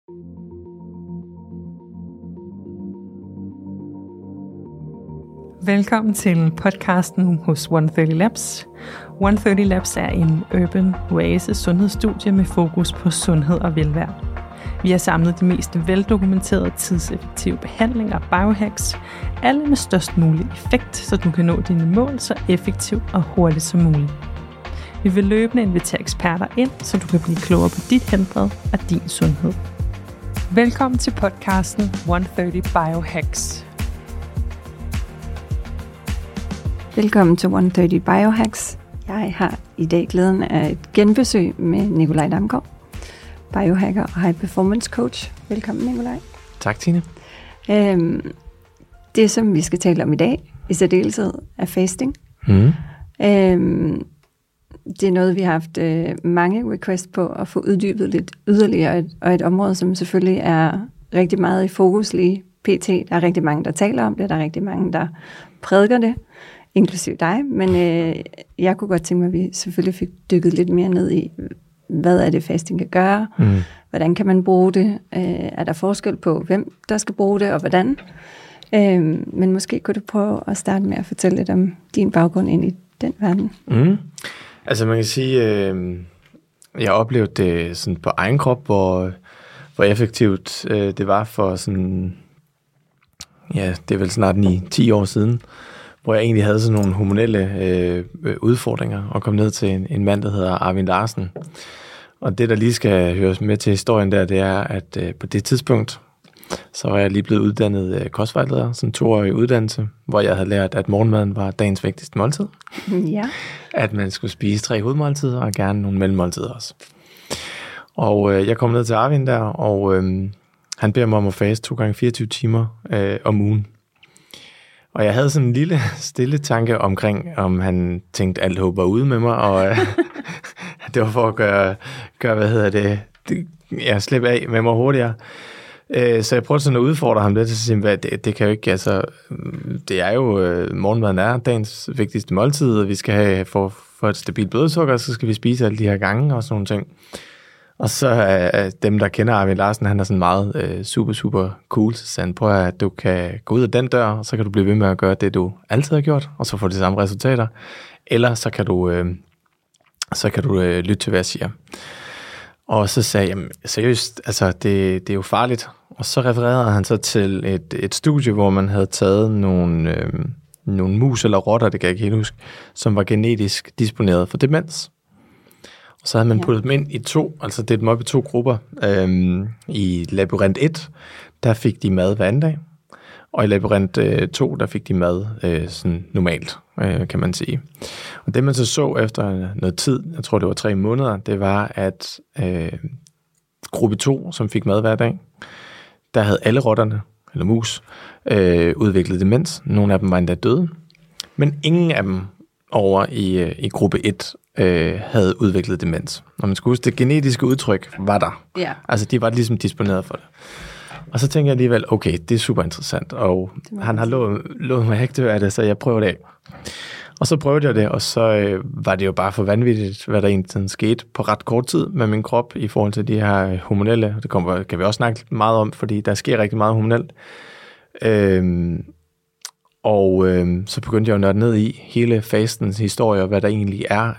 Velkommen til podcasten hos 130 Labs. 130 Labs er en urban oasis sundhedsstudie med fokus på sundhed og velvære. Vi har samlet de mest veldokumenterede tidseffektive behandlinger og biohacks, alle med størst mulig effekt, så du kan nå dine mål så effektivt og hurtigt som muligt. Vi vil løbende invitere eksperter ind, så du kan blive klogere på dit helbred og din sundhed. Velkommen til podcasten 130 Biohacks. Velkommen til 130 Biohacks. Jeg har i dag glæden af et genbesøg med Nikolaj Damgaard, biohacker og high performance coach. Velkommen, Nikolaj. Tak, Tine. Det, som vi skal tale om i dag, i særdeleshed, er fasting. Det er noget, vi har haft mange requests på at få uddybet lidt yderligere, og et område, som selvfølgelig er rigtig meget i fokus lige pt. Der er rigtig mange, der taler om det, der er rigtig mange, der prædiker det, inklusiv dig, men jeg kunne godt tænke mig, at vi selvfølgelig fik dykket lidt mere ned i, hvad er det fasting kan gøre, hvordan kan man bruge det, er der forskel på, hvem der skal bruge det, og hvordan. Men måske kunne du prøve at starte med at fortælle lidt om din baggrund ind i den verden. Altså man kan sige, jeg oplevede det sådan på egen krop, hvor effektivt det var for sådan, ja, det er vel snart 9-10 år siden, hvor jeg egentlig havde sådan nogle hormonelle udfordringer, og kom ned til en mand, der hedder Arvind Larsen. Og det, der lige skal høres med til historien der, det er, at på det tidspunkt, så var jeg lige blevet uddannet kostvejleder, sådan 2-årig uddannelse, hvor jeg havde lært, at morgenmaden var dagens vigtigste måltid. Ja. At man skulle spise 3 hovedmåltider, og gerne nogle mellemmåltider også. Og jeg kom ned til Arvind der, og han beder mig om at faste 2 gange 24 timer om ugen. Og jeg havde sådan en lille stille tanke omkring, om han tænkte, alt håb var ude med mig, og det var for at gøre slippe af med mig hurtigere. Så jeg prøvede sådan at udfordre ham lidt, til at sige, det kan jo ikke, altså, det er jo, morgenmaden er dagens vigtigste måltid, og vi skal have, for et stabilt blodsukker, så skal vi spise alle de her gange, og sådan nogle ting. Og så dem, der kender Arvind Larsen, han er sådan meget super cool, så han prøver, at du kan gå ud af den dør, og så kan du blive ved med at gøre det, du altid har gjort, og så få de samme resultater. Eller så kan du lytte til, hvad jeg siger. Og så sagde jeg, jamen, seriøst, altså det er jo farligt. Og så refererede han så til et studie, hvor man havde taget nogle mus eller rotter, det kan jeg ikke helt huske, som var genetisk disponeret for demens. Og så havde man puttet dem ind i 2, altså det dem op i 2 grupper. I labyrint 1, der fik de mad hver anden dag, og i labyrint 2, der fik de mad sådan normalt, kan man sige. Og det man så efter noget tid, jeg tror det var 3 måneder, det var, at gruppe 2, som fik mad hver dag, der havde alle rotterne, eller mus, udviklet demens. Nogle af dem var endda døde, men ingen af dem over i gruppe 1 havde udviklet demens. Når man skulle huske, det genetiske udtryk var der. Ja. Altså, de var ligesom disponeret for det. Og så tænkte jeg alligevel, okay, det er super interessant, og han har lovet mig ikke dør af det, så jeg prøver det af. Og så prøvede jeg det, og så var det jo bare for vanvittigt, hvad der egentlig skete på ret kort tid med min krop i forhold til de her hormonelle. Det kan vi også snakke meget om, fordi der sker rigtig meget hormonelt. Så begyndte jeg jo nørde ned i hele fastens historie, og hvad der egentlig er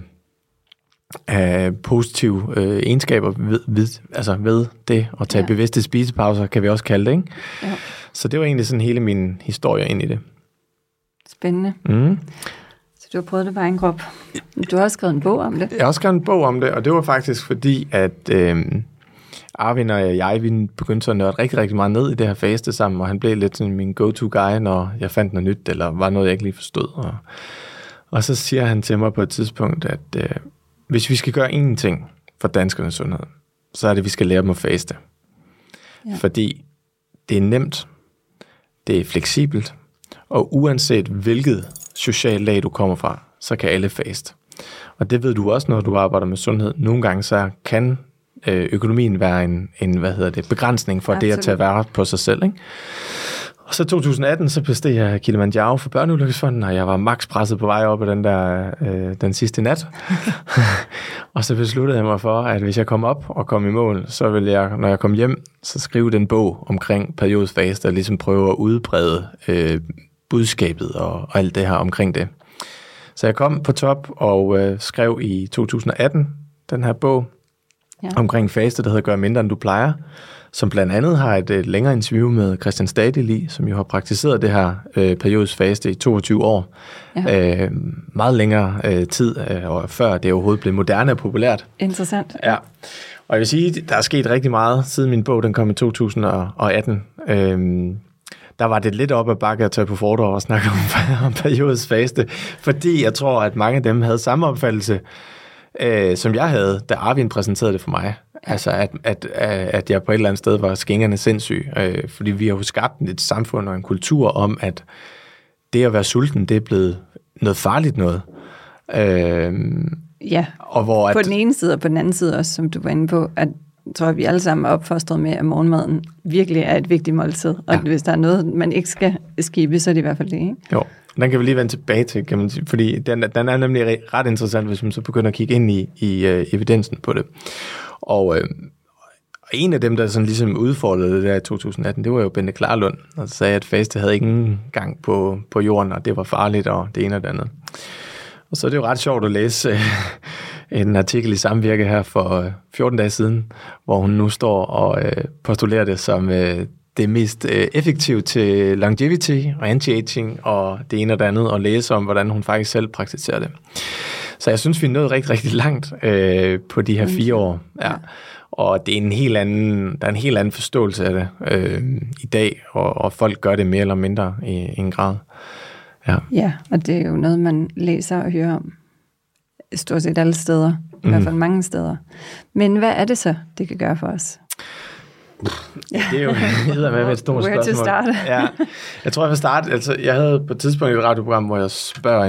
af positive egenskaber ved det at tage bevidste spisepauser, kan vi også kalde det, ikke? Ja. Så det var egentlig sådan hele min historie ind i det. Spændende. Så du har prøvet det på egen krop. Du har også skrevet en bog om det. Jeg har også skrevet en bog om det, og det var faktisk fordi, at Arvind og jeg, vi begyndte at nørde rigtig, rigtig meget ned i det her faste sammen, og han blev lidt sådan min go-to-guy, når jeg fandt noget nyt, eller var noget, jeg ikke lige forstod. Og så siger han til mig på et tidspunkt, at hvis vi skal gøre én ting for danskernes sundhed, så er det, at vi skal lære dem at faste. Ja. Fordi det er nemt, det er fleksibelt, og uanset hvilket socialt lag du kommer fra, så kan alle faste. Og det ved du også, når du arbejder med sundhed. Nogle gange så kan økonomien være en begrænsning for Absolut. Det at tage vare på sig selv, ikke? Og så 2018, så besteg jeg Kilimanjaro for Børneulykkesfonden, og jeg var maks presset på vej op ad den sidste nat. Og så besluttede jeg mig for, at hvis jeg kom op og kom i mål, så ville jeg, når jeg kom hjem, så skrive den bog omkring periodisk faste, og ligesom prøve at udbrede budskabet og alt det her omkring det. Så jeg kom på top og skrev i 2018 den her bog omkring faste, der hedder Gør mindre, end du plejer, som blandt andet har et længere interview med Christian Stadil i, som jo har praktiseret det her periodisk faste i 22 år. Ja. Meget længere tid, og før det overhovedet blev moderne og populært. Interessant. Ja. Og jeg vil sige, der er sket rigtig meget, siden min bog den kom i 2018. Der var det lidt op ad bakke at tage på foredrag og snakke om periodisk faste, fordi jeg tror, at mange af dem havde samme opfattelse, som jeg havde, da Arvind præsenterede det for mig. Altså, at jeg på et eller andet sted var skingerne sindssyg. Fordi vi har jo skabt et samfund og en kultur om, at det at være sulten, det er blevet noget farligt noget. Ja, og hvor på den ene side og på den anden side også, som du var inde på, at jeg tror, at vi alle sammen er opfostret med, at morgenmaden virkelig er et vigtigt måltid. Og hvis der er noget, man ikke skal skibe, så er det i hvert fald det, ikke? Jo, den kan vi lige vende tilbage til, kan man sige, fordi den er nemlig ret interessant, hvis man så begynder at kigge ind i evidensen på det. Og en af dem, der sådan ligesom udfordrede det der i 2018, det var jo Bente Klarlund, og sagde, at faste havde ingen gang på jorden, og det var farligt, og det ene og det andet. Og så er det jo ret sjovt at læse en artikel i Samvirke her for 14 dage siden, hvor hun nu står og postulerer det som det mest effektive til longevity og anti-aging og det ene og det andet, og læse om, hvordan hun faktisk selv praktiserer det. Så jeg synes, vi er nået rigtig, rigtig langt på de her 4 år. Ja. Og det er der er en helt anden forståelse af det i dag, og folk gør det mere eller mindre i en grad. Ja, og det er jo noget, man læser og hører om stort set alle steder, i hvert fald mange steder. Men hvad er det så, det kan gøre for os? Det er jo med et stort spørgsmål. To start? Ja. Jeg tror, jeg vil starte. Altså, jeg havde på et tidspunkt et radioprogram, hvor jeg spørger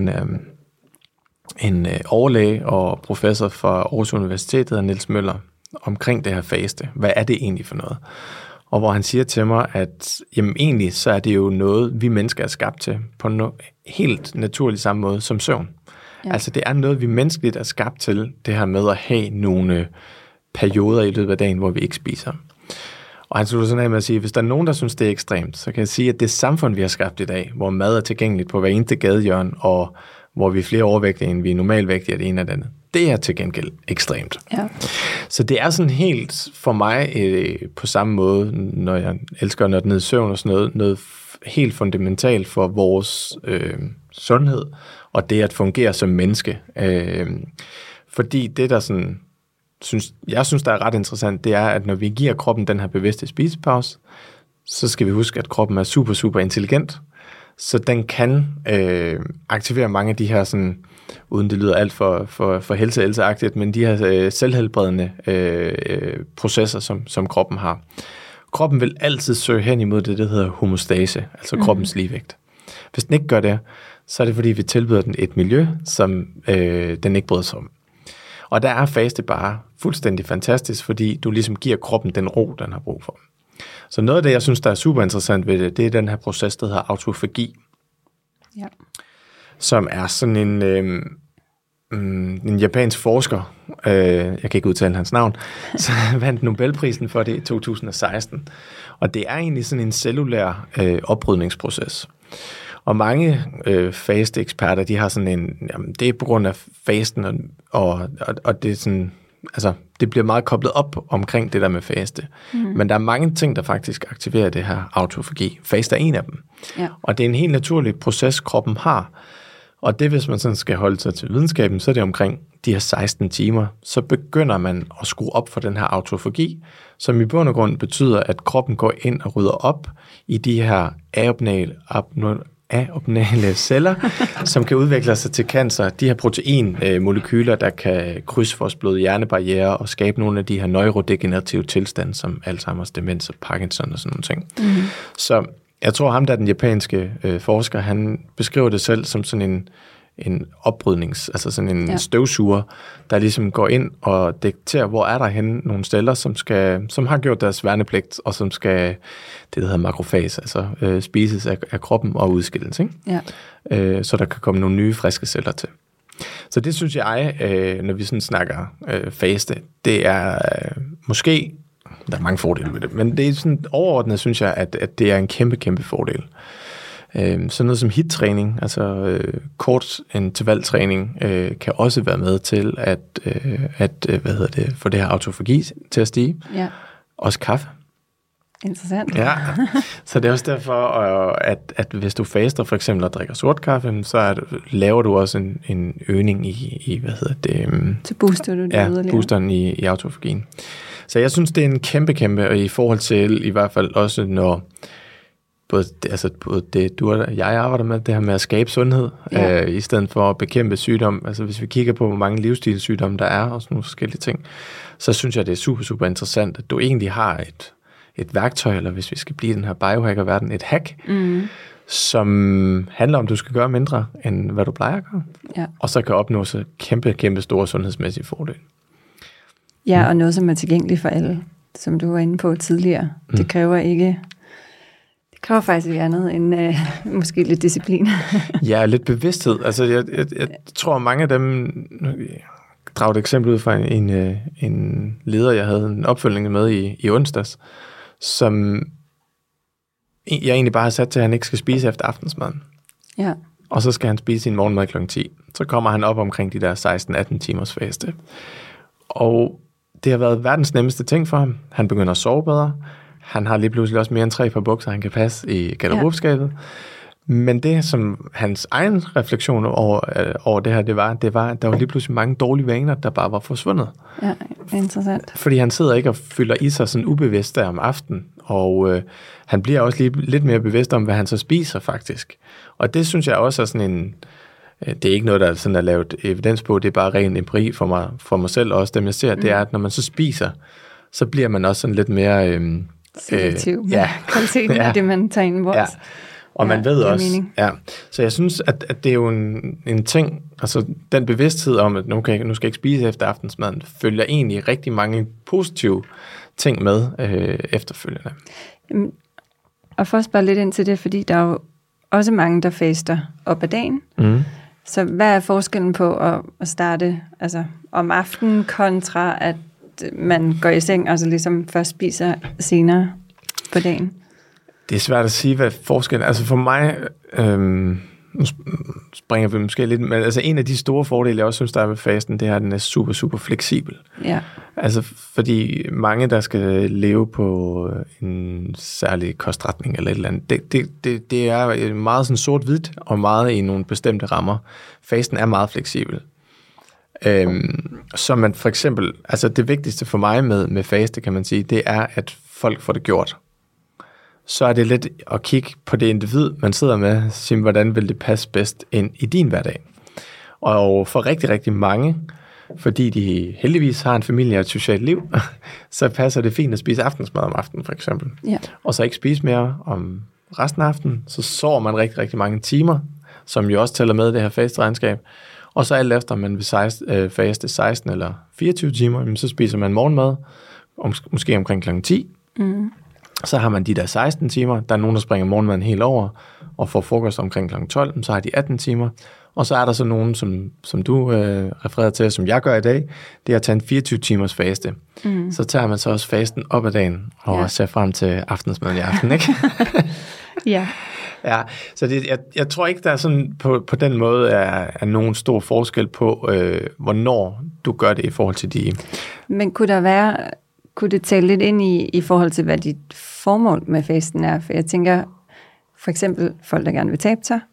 en overlæge og professor fra Aarhus Universitet, der hedder Niels Møller, omkring det her faste. Hvad er det egentlig for noget? Og hvor han siger til mig, at jamen, egentlig så er det jo noget, vi mennesker er skabt til på en helt naturlig samme måde som søvn. Ja. Altså det er noget, vi menneskeligt er skabt til, det her med at have nogle perioder i løbet af dagen, hvor vi ikke spiser. Og han slutter sådan af med at sige, at hvis der er nogen, der synes, det er ekstremt, så kan jeg sige, at det samfund, vi har skabt i dag, hvor mad er tilgængeligt på hver eneste gadehjørne, og hvor vi er flere overvægtige, end vi er normalvægtige af det ene og det andet, det er til gengæld ekstremt. Ja. Så det er sådan helt for mig på samme måde, når jeg elsker at nørde ned i søvn og sådan noget helt fundamentalt for vores sundhed, og det at fungere som menneske. Fordi det, der sådan, jeg synes, der er ret interessant, det er, at når vi giver kroppen den her bevidste spisepause, så skal vi huske, at kroppen er super, super intelligent, så den kan aktivere mange af de her, sådan, uden det lyder alt for helse-agtigt, men de her selvhelbredende processer, som kroppen har. Kroppen vil altid søge hen imod det, der hedder homostase, altså kroppens ligevægt. Hvis den ikke gør det, så er det fordi, vi tilbyder den et miljø, som den ikke bryder sig om. Og der er faste bare fuldstændig fantastisk, fordi du ligesom giver kroppen den ro, den har brug for. Så noget af det, jeg synes, der er super interessant ved det, det er den her proces, der hedder autofagi. Ja. Som er sådan en japansk forsker, jeg kan ikke udtale hans navn, så vandt Nobelprisen for det i 2016. Og det er egentlig sådan en cellulær oprydningsproces. Og mange faste eksperter, de har sådan jamen, det er på grund af fasten, og det er sådan, altså, det bliver meget koblet op omkring det der med faste. Men der er mange ting, der faktisk aktiverer det her autofagi. Faste er en af dem. Ja. Og det er en helt naturlig proces, kroppen har. Og det, hvis man sådan skal holde sig til videnskaben, så er det omkring de her 16 timer, så begynder man at skrue op for den her autofagi, som i bund og grund betyder, at kroppen går ind og rydder op i de her abnormale celler, som kan udvikle sig til cancer. De her proteinmolekyler, der kan krydse vores blod-hjernebarriere og skabe nogle af de her neurodegenerative tilstande, som Alzheimer's, demens og Parkinson og sådan nogle ting. Så jeg tror, ham der den japanske forsker, han beskriver det selv som sådan en oprydnings, altså sådan en støvsuger, der ligesom går ind og detekterer, hvor er der henne nogle celler, som har gjort deres værnepligt, og som skal, det der hedder makrofas, altså spises af kroppen og udskilles, ikke? Ja. Så der kan komme nogle nye, friske celler til. Så det synes jeg, når vi sådan snakker faste, det er måske, der er mange fordele ved det, men det er sådan overordnet, synes jeg, at det er en kæmpe, kæmpe fordel. Sådan noget som HIIT-træning, altså kort intervaltræning, kan også være med til at få det her autofagi til at stige. Ja. Også kaffe. Interessant. Ja, så det er også derfor, at hvis du faster for eksempel og drikker sort kaffe, så laver du også en øgning i så booster du det yderligere. Boosteren i autofagien. Så jeg synes, det er en kæmpe, og i forhold til i hvert fald også, når både det, du og jeg arbejder med, det her med at skabe sundhed, i stedet for at bekæmpe sygdom. Altså hvis vi kigger på, hvor mange livsstilssygdomme der er, og sådan nogle forskellige ting, så synes jeg, det er super, super interessant, at du egentlig har et værktøj, eller hvis vi skal blive i den her biohacker-verden, et hack, som handler om, at du skal gøre mindre, end hvad du plejer at gøre, og så kan opnå så kæmpe store sundhedsmæssige fordele. Ja, og noget, som er tilgængeligt for alle, som du var inde på tidligere. Det kræver faktisk ikke andet end måske lidt disciplin. Ja, lidt bevidsthed. Altså, jeg tror, mange af dem, drager et eksempel ud fra en leder, jeg havde en opfølgning med i onsdags, som jeg egentlig bare har sat til, at han ikke skal spise efter aftensmaden. Ja. Og så skal han spise sin morgenmad kl. 10. Så kommer han op omkring de der 16-18 timers faste. Og det har været verdens nemmeste ting for ham. Han begynder at sove bedre. Han har lige pludselig også mere end 3 par bukser, han kan passe i garderobeskabet. Ja. Men det, som hans egen refleksion over det her, det var, at der var lige pludselig mange dårlige vaner, der bare var forsvundet. Ja, interessant. Fordi han sidder ikke og fylder i sig sådan ubevidst der om aftenen, og han bliver også lige lidt mere bevidst om, hvad han så spiser faktisk. Og det synes jeg også er sådan en... Det er ikke noget, der sådan er lavet evidens på, det er bare ren empiri for mig selv, og også dem jeg ser, det er, at når man så spiser, så bliver man også sådan lidt mere... selektiv med kvaliteten af det, man tager ind. Ja. Og man ved også, så jeg synes, at det er jo en ting, altså den bevidsthed om, at nu skal jeg ikke spise efter aftensmaden, følger egentlig rigtig mange positive ting med efterfølgende. Og først bare lidt ind til det, fordi der er jo også mange, der faster op ad dagen. Så hvad er forskellen på at starte altså om aftenen kontra at man går i seng og så ligesom først spiser senere på dagen? Det er svært at sige, hvad forskellen er. Altså for mig, nu springer vi måske lidt, men altså en af de store fordele, jeg også synes, der er ved fasten, det er, at den er super, super fleksibel. Ja. Altså fordi mange, der skal leve på en særlig kostretning eller et eller andet, det er meget sådan sort-hvidt og meget i nogle bestemte rammer. Fasten er meget fleksibel. Så man for eksempel, altså det vigtigste for mig med faste, kan man sige, det er, at folk får det gjort. Så er det lidt at kigge på det individ, man sidder med, og sige, hvordan vil det passe bedst ind i din hverdag. Og for rigtig, rigtig mange, fordi de heldigvis har en familie og et socialt liv, så passer det fint at spise aftensmad om aftenen, for eksempel. Ja. Og så ikke spise mere om resten af aftenen. Så sover man rigtig, rigtig mange timer, som jo også tæller med det her fasteregnskab. Og så alt efter, man vil faste 16 eller 24 timer, så spiser man morgenmad, måske omkring kl. 10. Så har man de der 16 timer. Der er nogen, der springer morgenmaden helt over og får frokost omkring kl. 12. Så har de 18 timer. Og så er der så nogen, som du refererede til, som jeg gør i dag, det er at tage en 24 timers faste. Så tager man så også fasten op ad dagen og ser frem til aftensmaden i aften, ikke? Ja. Ja, så jeg tror ikke, der er sådan på den måde er nogen stor forskel på, hvornår du gør det i forhold til de... Men kunne det tale lidt ind i forhold til, hvad dit formål med fasten er? For jeg tænker, for eksempel folk, der gerne vil tabe sig.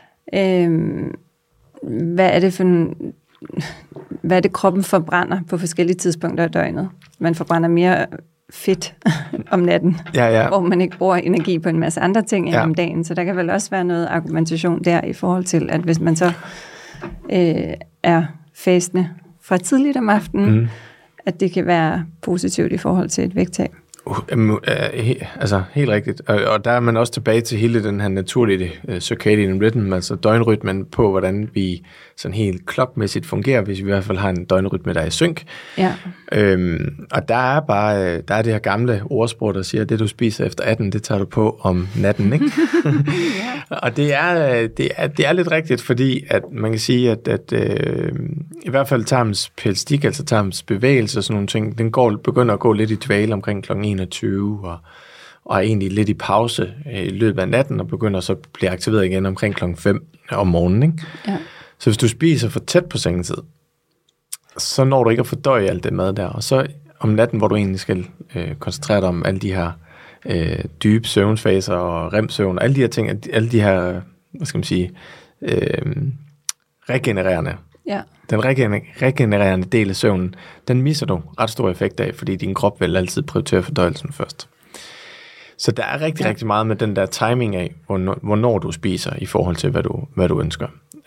Hvad er det kroppen forbrænder på forskellige tidspunkter af døgnet? Man forbrænder mere fedt om natten, hvor man ikke bruger energi på en masse andre ting end om dagen. Så der kan vel også være noget argumentation der i forhold til, at hvis man så er fastende fra tidligt om aftenen, at det kan være positivt i forhold til et vægttab. Altså helt rigtigt. Og der er man også tilbage til hele den her naturlige circadian rhythm, altså døgnrytmen på, hvordan vi sådan helt klokmæssigt fungerer, hvis vi i hvert fald har en døgnrytme, der er i synk. Ja. Og der er det her gamle ordsprog, der siger, at det du spiser efter 18, det tager du på om natten, ikke? Og det er lidt rigtigt, fordi at man kan sige, at i hvert fald tarmens peristaltik, altså tarmens bevægelse og sådan nogle ting, den begynder at gå lidt i dvale omkring kl. 21 og er egentlig lidt i pause i løbet af natten og begynder så at blive aktiveret igen omkring kl. 5 om morgenen, ikke? Ja. Så hvis du spiser for tæt på sengetid, så når du ikke at fordøje alt det mad der, og så om natten, hvor du egentlig skal koncentrere dig om alle de her dybe søvnfaser og REM-søvn, alle de her ting, alle de her, hvad skal man sige, regenererende. Ja. Den regenererende del af søvnen, den misser du ret stor effekt af, fordi din krop vil altid prioritere fordøjelsen først. Så der er rigtig meget med den der timing af, hvornår du spiser i forhold til, hvad du ønsker.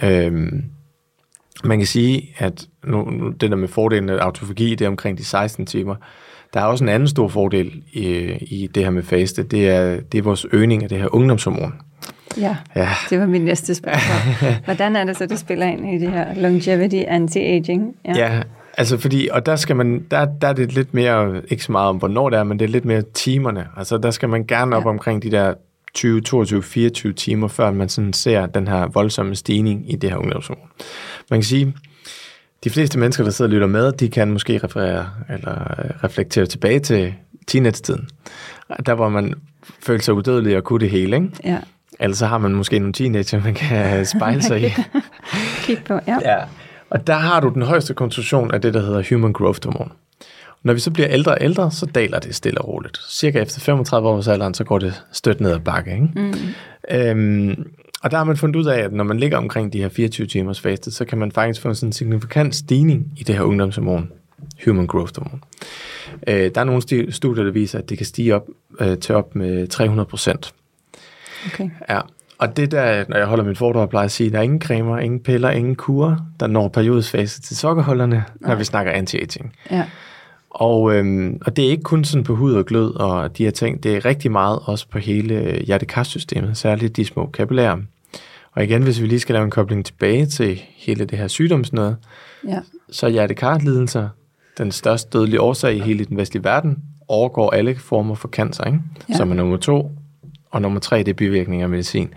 Man kan sige, at nu det der med fordelen af autofagi, det er omkring de 16 timer. Der er også en anden stor fordel i det her med faste, det er vores øgning af det her ungdomshormon. Ja, det var mit næste spørgsmål. Hvordan er det så, det spiller ind i det her longevity, anti-aging? Ja, altså fordi, og der skal man, der er det lidt mere, ikke så meget om hvornår det er, men det er lidt mere timerne. Altså der skal man gerne op omkring de der 20, 22, 24 timer, før man sådan ser den her voldsomme stigning i det her ungdomshormon. Man kan sige, de fleste mennesker, der sidder og lytter med, de kan måske referere eller reflektere tilbage til teenage-tiden. Der hvor man føler sig udødelig og kunne det hele, ikke? Ja. Ellers så har man måske nogle teenager, man kan spejle sig i. Kig på, ja. Og der har du den højeste koncentration af det, der hedder human growth hormone. Når vi så bliver ældre og ældre, så daler det stille og roligt. Cirka efter 35 års alderen, så går det stødt ned ad bakke, ikke? Og der har man fundet ud af, at når man ligger omkring de her 24 timers faste, så kan man faktisk få sådan en signifikant stigning i det her ungdomshormon, human growth hormone. Der er nogle studier, der viser, at det kan stige op med 300%. Okay. Ja, og det der, når jeg holder mit foredrag, plejer at sige, at der er ingen cremer, ingen piller, ingen kurer, der når periodisk fase til sukkerholderne, når vi snakker anti-aging. Ja. Og det er ikke kun sådan på hud og glød og de her ting, det er rigtig meget også på hele hjertekarsystemet, særligt de små kapillærer. Og igen, hvis vi lige skal lave en kobling tilbage til hele det her sygdomsnød, så er hjertekarlidelser den største dødelige årsag i hele den vestlige verden, overgår alle former for cancer, ikke? Ja. Som er nummer 2, og nummer 3, det er bivirkninger af medicin.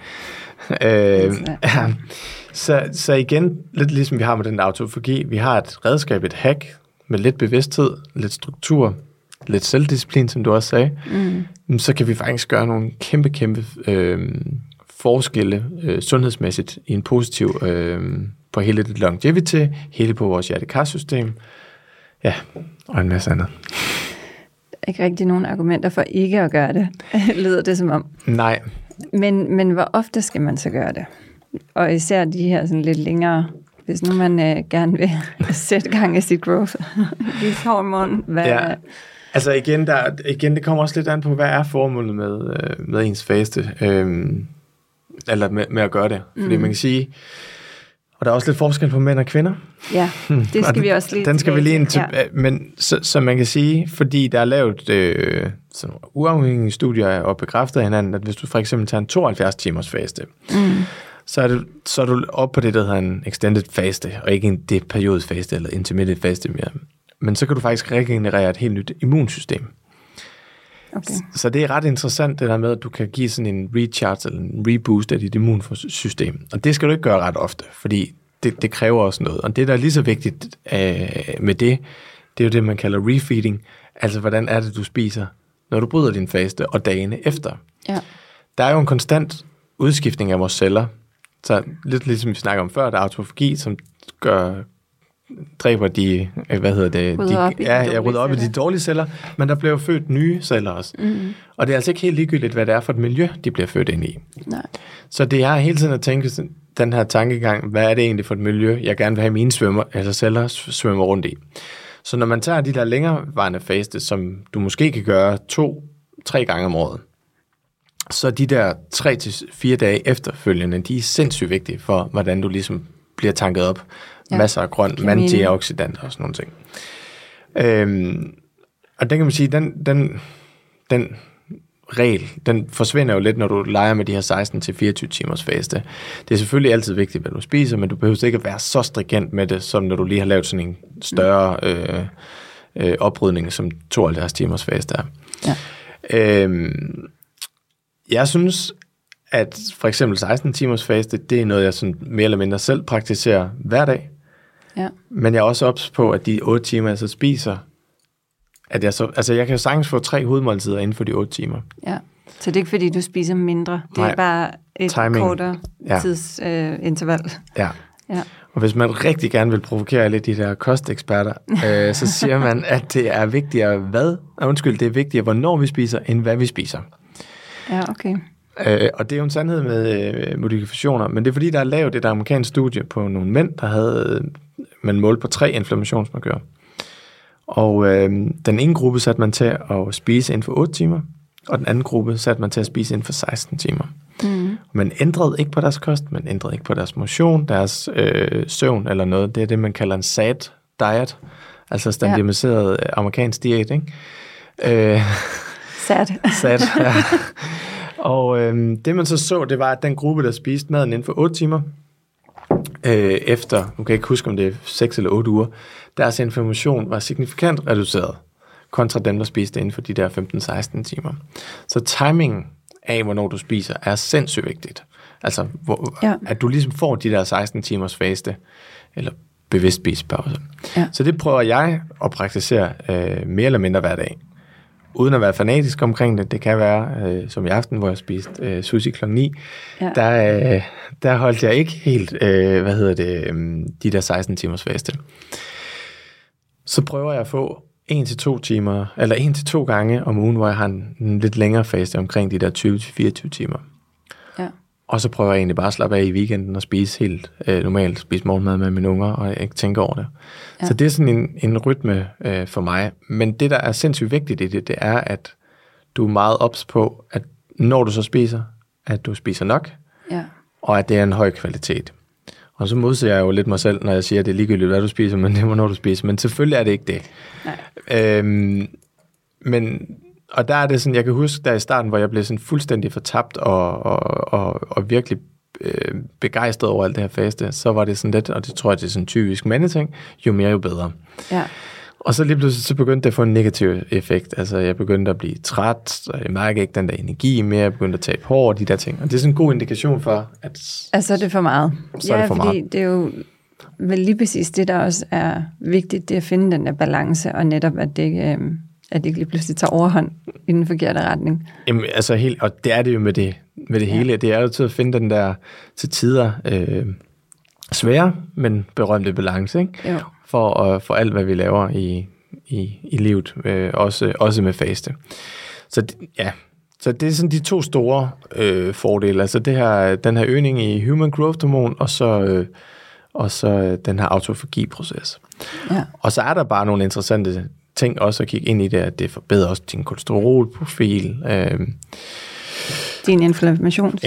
Så igen, lidt ligesom vi har med den autofagi, vi har et redskab, et hack, med lidt bevidsthed, lidt struktur, lidt selvdisciplin, som du også sagde, så kan vi faktisk gøre nogle kæmpe forskelle sundhedsmæssigt i en positiv på hele det longevity, hele på vores hjertekarsystem, ja, og en masse andet. Ikke rigtig nogen argumenter for ikke at gøre det, lyder det som om. Nej. Men hvor ofte skal man så gøre det? Og især de her sådan lidt længere, hvis nu man gerne vil sætte gang i sit growth hormon. Altså igen, det kommer også lidt an på, hvad er formålet med ens faste, eller med at gøre det. Fordi man kan sige, og der er også lidt forskel på mænd og kvinder. Ja, det skal vi også lige den skal vi lige ind til. Ja. Men så man kan sige, fordi der er lavet sådan uafhængige studier og bekræftet hinanden, at hvis du for eksempel tager en 72 timers faste, så er du oppe på det, der hedder en extended faste, og ikke en periodisk faste eller intermittent faste mere. Men så kan du faktisk regenerere et helt nyt immunsystem. Okay. Så det er ret interessant, det der med, at du kan give sådan en recharge eller en reboost af dit immunsystem. Og det skal du ikke gøre ret ofte, fordi det kræver også noget. Og det, der er lige så vigtigt med det er jo det, man kalder refeeding. Altså, hvordan er det, du spiser, når du bryder din faste og dagene efter. Ja. Der er jo en konstant udskiftning af vores celler. Så lidt ligesom vi snakker om før, der er autofagi, som dræber de, rydder op i de dårlige celler, men der bliver jo født nye celler også. Mm-hmm. Og det er altså ikke helt ligegyldigt, hvad det er for et miljø, de bliver født ind i. Nej. Så det er hele tiden at tænke den her tankegang, hvad er det egentlig for et miljø, jeg gerne vil have mine celler svømmer rundt i. Så når man tager de der længerevarende faste, som du måske kan gøre 2-3 gange om året, så de der 3-4 dage efterfølgende, de er sindssygt vigtige for, hvordan du ligesom bliver tanket op. Ja. Masser af grønt, antioxidanter og sådan nogle ting. Og den kan man sige, den regel, den forsvinder jo lidt, når du leger med de her 16-24 timers faste. Det er selvfølgelig altid vigtigt, hvad du spiser, men du behøver ikke at være så stringent med det, som når du lige har lavet sådan en større oprydning, som 52 timers faste er. Ja. Jeg synes, at for eksempel 16 timers faste, det er noget, jeg sådan mere eller mindre selv praktiserer hver dag. Ja. Men jeg er også ops på, at de 8 timer, jeg så spiser, at jeg kan jo sagtens få 3 hovedmåltider inden for de 8 timer. Ja, så det er ikke fordi, du spiser mindre. Det er bare et kortere tidsinterval. Ja. Og hvis man rigtig gerne vil provokere alle de der kosteksperter, så siger man, at det er vigtigere det er vigtigere, hvornår vi spiser, end hvad vi spiser. Ja, okay. Og det er jo en sandhed med modifikationer, men det er fordi, der er lavet et amerikansk studie på nogle mænd, der havde man målt på 3 inflammationsmarkører. Og den ene gruppe satte man til at spise inden for 8 timer, og den anden gruppe satte man til at spise inden for 16 timer. Man ændrede ikke på deres kost, man ændrede ikke på deres motion, deres søvn eller noget. Det er det, man kalder en SAD diet, altså standardiseret amerikansk diæt, ikke? SAD, ja. Og det man så, det var, at den gruppe, der spiste maden inden for 8 timer, efter, nu kan jeg ikke huske, om det er 6 eller 8 uger, deres inflammation var signifikant reduceret, kontra dem, der spiste inden for de der 15-16 timer. Så timingen af, hvornår du spiser, er sindssygt vigtigt. Altså, at du ligesom får de der 16 timers faste, eller bevidst spisepause. Ja. Så det prøver jeg at praktisere mere eller mindre hver dag. Uden at være fanatisk omkring det. Det kan være, som i aften, hvor jeg spiste sushi kl. 9, der holdt jeg ikke helt, de der 16 timers faste. Så prøver jeg at få 1-2 timer, eller 1-2 gange om ugen, hvor jeg har en lidt længere faste omkring de der 20-24 timer. Ja. Og så prøver jeg egentlig bare at slappe af i weekenden og spise helt normalt, spise morgenmad med mine unger, og jeg ikke tænker over det. Ja. Så det er sådan en rytme for mig. Men det, der er sindssygt vigtigt i det er, at du er meget ops på, at når du så spiser, at du spiser nok, og at det er en høj kvalitet. Og så modsiger jeg jo lidt mig selv, når jeg siger, at det er ligegyldigt, hvad du spiser, men det er, hvornår du spiser. Men selvfølgelig er det ikke det. Og der er det sådan, jeg kan huske, der i starten, hvor jeg blev sådan fuldstændig fortabt og virkelig begejstret over alt det her faste, så var det sådan lidt, og det tror jeg, det er sådan en typisk mandeting, jo mere, jo bedre. Ja. Og så lige pludselig så begyndte det at få en negativ effekt. Altså, jeg begyndte at blive træt, og jeg mærker ikke den der energi mere, jeg begyndte at tabe hår og de der ting. Og det er sådan en god indikation for, at... Altså, det er for meget. Så er det for fordi meget. Det er jo vel lige præcis det, der også er vigtigt, det er at finde den der balance, og netop, at det ikke lige pludselig tager overhånd i den forkerte retning. Jamen, altså og det er det jo med det hele. Det er jo til at finde den der til tider svære, men berømte balance, ikke? Jo. For alt, hvad vi laver i livet, også med faste. Så det er sådan de 2 store fordele. Altså den her øgning i human growth hormone, og så den her autofagiproces. Ja. Og så er der bare nogle interessante ting også at kigge ind i det, at det forbedrer også din kolesterolprofil. Din inflammation,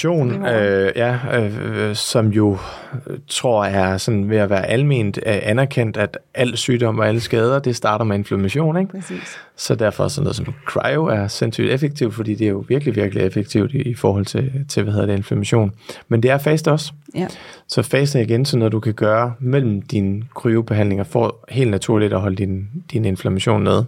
som jo tror er sådan ved at være alment anerkendt, at al sygdom og alle skader, det starter med inflammation, ikke? Præcis. Så derfor sådan noget som cryo er sindssygt effektivt, fordi det er jo virkelig, virkelig effektivt i forhold til inflammation. Men det er faste også. Ja. Så faste er igen sådan noget, du kan gøre mellem dine cryobehandlinger for helt naturligt at holde din inflammation nede.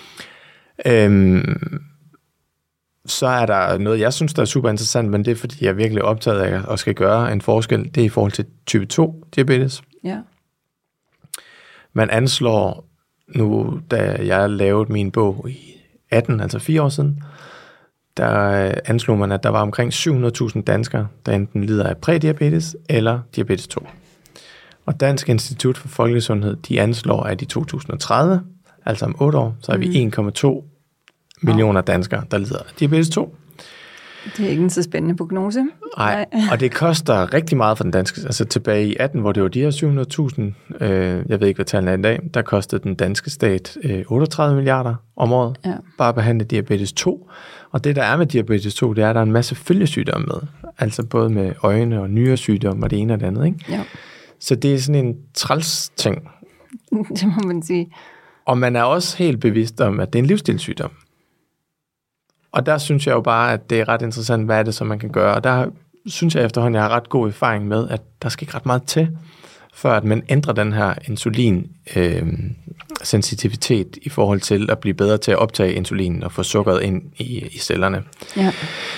Så er der noget, jeg synes, der er super interessant, men det er, fordi jeg er virkelig optaget af at skal gøre en forskel. Det er i forhold til type 2 diabetes. Ja. Man anslår nu, da jeg lavede min bog i 18, altså 4 år siden, der anslog man, at der var omkring 700.000 danskere, der enten lider af prædiabetes eller diabetes 2. Og Dansk Institut for Folkesundhed, de anslår, at i 2030, altså om 8 år, så er vi 1,2 millioner danskere, der lider af diabetes 2. Det er ikke en så spændende prognose. Nej, og det koster rigtig meget for den danske. Altså tilbage i 18, hvor det var de her 700.000, jeg ved ikke, hvad tallene er i dag, der kostede den danske stat 38 milliarder om året, bare at behandle diabetes 2. Og det, der er med diabetes 2, det er, at der er en masse følgesygdomme med. Altså både med øjne- og nyresygdomme og det ene og det andet, ikke? Ja. Så det er sådan en træls ting. Det må man sige. Og man er også helt bevidst om, at det er en livsstilssygdom. Og der synes jeg jo bare, at det er ret interessant, hvad er det, som man kan gøre. Og der synes jeg efterhånden, jeg har ret god erfaring med, at der skal ikke ret meget til, før at man ændrer den her insulin-sensitivitet i forhold til at blive bedre til at optage insulin og få sukkeret ind i cellerne. Ja.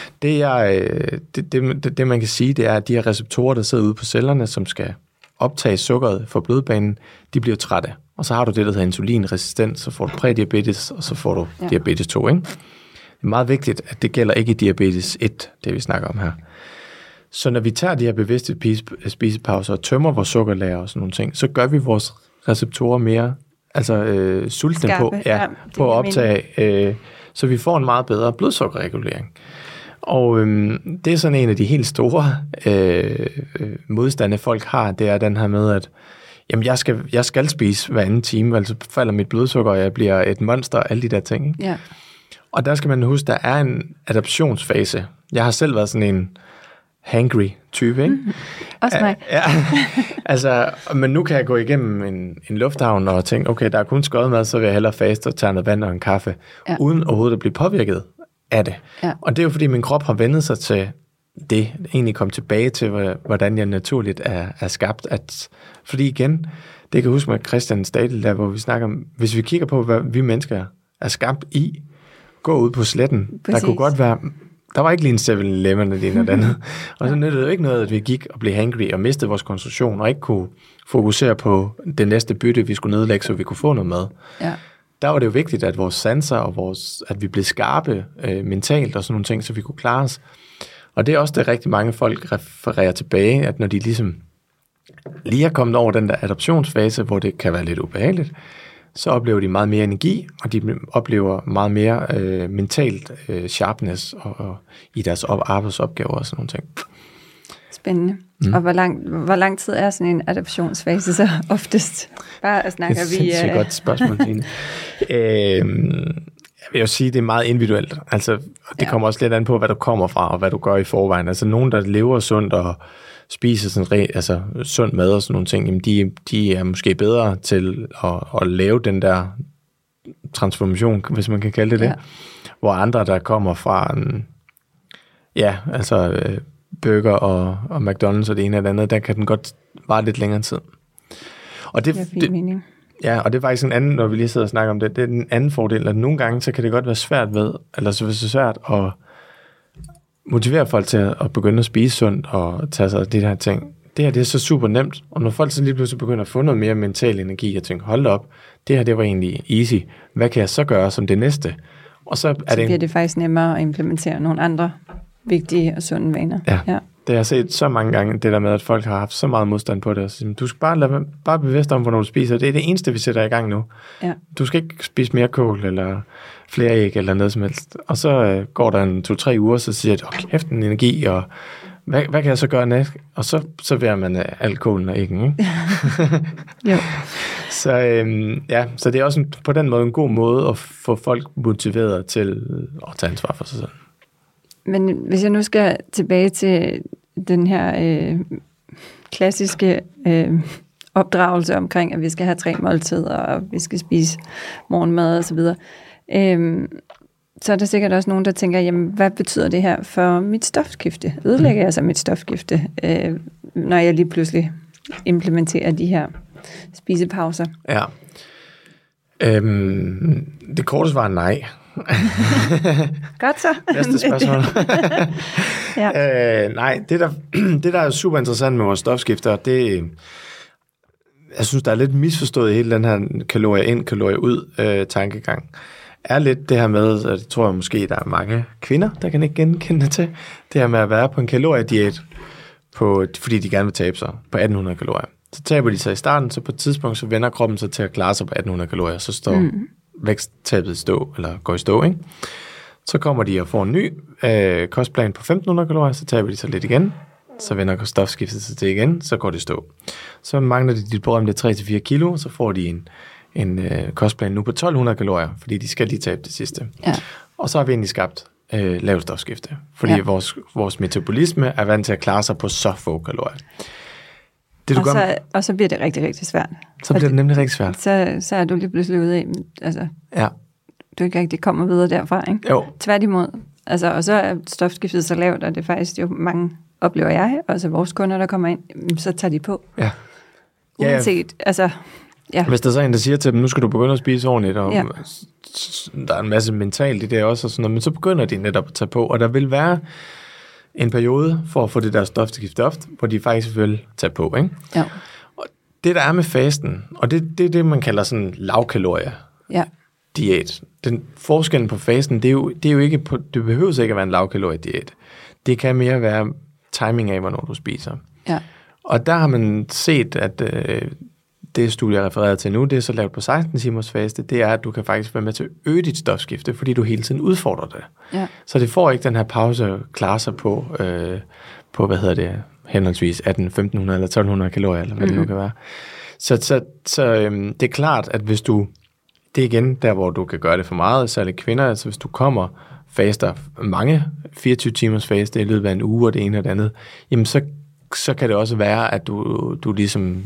Det man kan sige, det er, at de her receptorer, der sidder ude på cellerne, som skal optage sukkeret fra blodbanen, de bliver trætte. Og så har du det, der hedder insulinresistens, så får du prædiabetes, og så får du diabetes 2, ikke? Det er meget vigtigt, at det gælder ikke i diabetes 1, det vi snakker om her. Så når vi tager de her bevidste spisepauser og tømmer vores sukkerlager og sådan nogle ting, så gør vi vores receptorer mere sultne på at optage, så vi får en meget bedre blodsukkerregulering. Og det er sådan en af de helt store modstande, folk har, det er den her med, at jamen, jeg skal spise hver anden time, altså falder mit blodsukker, og jeg bliver et monster, alle de der ting. Ikke? Ja. Og der skal man huske, der er en adaptionsfase. Jeg har selv været sådan en hangry type, ikke? Også mig. Ja, men nu kan jeg gå igennem en lufthavn og tænke, okay, der er kun skåret mad, så vil jeg hellere faste og tage noget vand og en kaffe, uden overhovedet at blive påvirket af det. Ja. Og det er jo fordi, min krop har vendet sig til det, egentlig komme tilbage til, hvordan jeg naturligt er skabt. Fordi igen, det kan jeg huske med Christian Stadil, der hvor vi snakker om, hvis vi kigger på, hvad vi mennesker er skabt i, gå ud på sletten, der kunne godt være, der var ikke lige en 7-Eleven eller det ene eller andet. Og så nyttede det jo ikke noget, at vi gik og blev hangry og mistede vores koncentration, og ikke kunne fokusere på det næste bytte, vi skulle nedlægge, så vi kunne få noget mad. Ja. Der var det jo vigtigt, at vores sanser og at vi blev skarpe mentalt og sådan nogle ting, så vi kunne klare os. Og det er også det, rigtig mange folk refererer tilbage, at når de ligesom lige er kommet over den der adoptionsfase, hvor det kan være lidt ubehageligt, så oplever de meget mere energi, og de oplever meget mere mentalt sharpness og i deres arbejdsopgaver og sådan nogle ting. Spændende. Og hvor lang tid er sådan en adoptionsfase så oftest? Bare snakker vi... Det er et sindssygt godt spørgsmål, Tine. Jeg vil jo sige, at det er meget individuelt. Altså, det kommer også lidt an på, hvad du kommer fra, og hvad du gør i forvejen. Altså, nogen, der lever sundt og spiser sådan sund mad og sådan nogle ting, jamen de er måske bedre til at lave den der transformation, hvis man kan kalde det det. Hvor andre, der kommer fra burger og McDonald's og det ene eller andet, der kan den godt vare lidt længere tid. Og det er fin mening. Ja, og det er faktisk en anden, når vi lige sidder og snakker om det, det er den anden fordel, at nogle gange, så kan det godt være svært svært at motivere folk til at begynde at spise sundt og tage sig af de her ting. Det er så super nemt, og når folk så lige pludselig begynder at få noget mere mental energi, og tænker, hold da op, det var egentlig easy. Hvad kan jeg så gøre som det næste? Og så bliver det faktisk nemmere at implementere nogle andre vigtige og sunde vaner. Ja. Det har jeg set så mange gange, det der med, at folk har haft så meget modstand på det. Så, du skal bare bevidst om, hvornår du spiser. Det er det eneste, vi sætter i gang nu. Ja. Du skal ikke spise mere kål, eller flere æg, eller noget som helst. Og så går der 2-3 uger, så siger jeg, kæft en energi, og hvad kan jeg så gøre næste? Og så serverer man al kålen og æggen, ikke? Jo. Så det er også på den måde en god måde at få folk motiveret til at tage ansvar for sig selv. Men hvis jeg nu skal tilbage til den her klassiske opdragelse omkring, at vi skal have 3 måltider, og vi skal spise morgenmad og så videre, så er der sikkert også nogen, der tænker, jamen, hvad betyder det her for mit stofskifte? Ødelægger jeg så mit stofskifte, når jeg lige pludselig implementerer de her spisepauser? Ja. Det korte svar er nej. Godt så. Næste spørgsmål. Nej, det der er super interessant med vores stofskifter, det jeg synes, der er lidt misforstået i hele den her kalorier ind, kalorier ud tankegang. Er lidt det her med, at jeg tror måske, der er mange kvinder, der kan ikke genkende det til, det her med at være på en kaloriediæt, fordi de gerne vil tabe sig på 1800 kalorier. Så taber de sig i starten, så på et tidspunkt, så vender kroppen sig til at klare sig på 1800 kalorier, så står væksttabet i stå, eller går i stå, ikke? Så kommer de og får en ny kostplan på 1500 kalorier, så taber de sig lidt igen, så vender stofskiftet sig til igen, så går det i stå. Så mangler de dit berømte 3-4 kilo, så får de en kostplan nu på 1200 kalorier, fordi de skal lige tabe det sidste. Ja. Og så har vi egentlig skabt lavt stofskifte, fordi vores metabolisme er vant til at klare sig på så få kalorier. Og så bliver det rigtig, rigtig svært. Så bliver det nemlig rigtig svært. Så er du lige pludselig ude af, altså... Ja. du ikke rigtig kommer videre derfra, ikke? Jo. Tværtimod. Altså, og så er stofskiftet så lavt, og det er faktisk jo mange, oplever jeg, også vores kunder, der kommer ind, så tager de på. Ja. Uanset, altså... Ja. Hvis der er så en, der siger til dem, nu skal du begynde at spise ordentligt, og der er en masse mentalt i det også, og sådan noget, men så begynder de netop at tage på, og der vil være en periode for at få det der stofskift op, hvor de faktisk vil tage på, ikke? Ja. Og det, der er med fasten, og det er det, man kalder sådan lavkalorie-diæt. Den forskellen på fasten, det er jo ikke det behøver ikke at være en lavkalorie-diæt. Det kan mere være timing af, hvornår du spiser. Ja. Og der har man set, at det studie, jeg refererede til nu, det er så lavet på 16 timers faste, det er, at du kan faktisk være med til at øge dit stofskifte, fordi du hele tiden udfordrer det. Ja. Så det får ikke den her pause at klare sig på henholdsvis 1500 eller 1200 kalorier, eller hvad det nu kan være. Så det er klart, at hvis du, det er igen der, hvor du kan gøre det for meget, særligt kvinder, altså hvis du kommer faster mange 24 timers faste i løbet af en uge, og det ene og det andet, jamen så kan det også være, at du ligesom...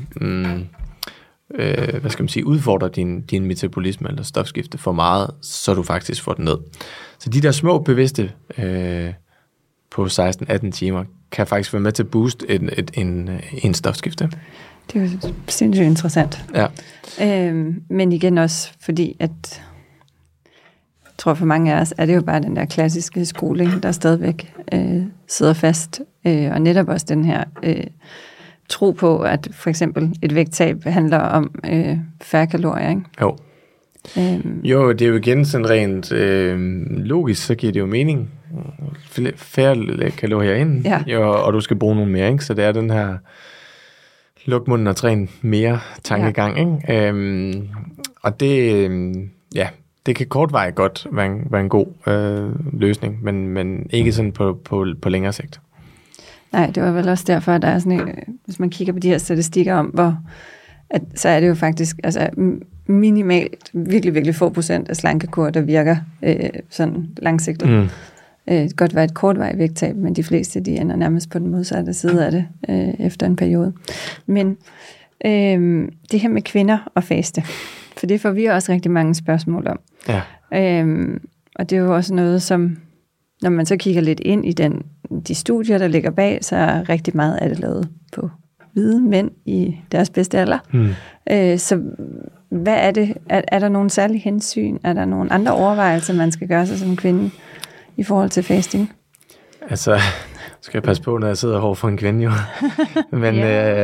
udfordrer din metabolisme eller stofskifte for meget, så du faktisk får den ned. Så de der små bevidste på 16-18 timer, kan faktisk være med til at booste en stofskifte. Det er jo sindssygt interessant. Ja. Men igen også, fordi at jeg tror for mange af os, er det jo bare den der klassiske skoling, der stadigvæk sidder fast. Og netop også den her... tro på, at for eksempel et vægttab handler om færre kalorier, ikke? Jo. Jo, det er jo igen sådan rent logisk, så giver det jo mening. Færre kalorier ind, og du skal bruge nogle mere, ikke? Så det er den her luk munden og træn mere tankegang, ikke? Og det, det kan kortvarigt godt være en god løsning, men ikke sådan på længere sigt. Nej, det var vel også derfor, at der er sådan en, hvis man kigger på de her statistikker om, så er det jo faktisk altså, minimalt, virkelig, virkelig få procent af slankekur, der virker sådan langsigtet. Det kan godt være et kortvarigt vægttab, men de fleste, de ender nærmest på den modsatte side af det efter en periode. Men det her med kvinder og faste, for det får vi også rigtig mange spørgsmål om. Ja. Og det er jo også noget, som, når man så kigger lidt ind i de studier, der ligger bag, så er rigtig meget af det lavet på hvide mænd i deres bedste alder. Så hvad er det? Er der nogle særlige hensyn? Er der nogle andre overvejelser, man skal gøre sig som kvinde i forhold til fasting? Altså, skal jeg passe på, når jeg sidder over for en kvinde, jo. Men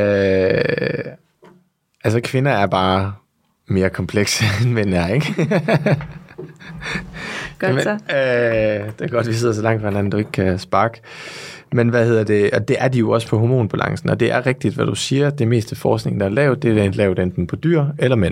altså, kvinder er bare mere komplekse, end mænd er, ikke? Godt så. Det er godt, vi sidder så langt fra hinanden, du ikke kan sparke. Men og det er de jo også på hormonbalancen, og det er rigtigt, hvad du siger. Det meste forskning, der er lavet, det er lavet enten på dyr eller mænd.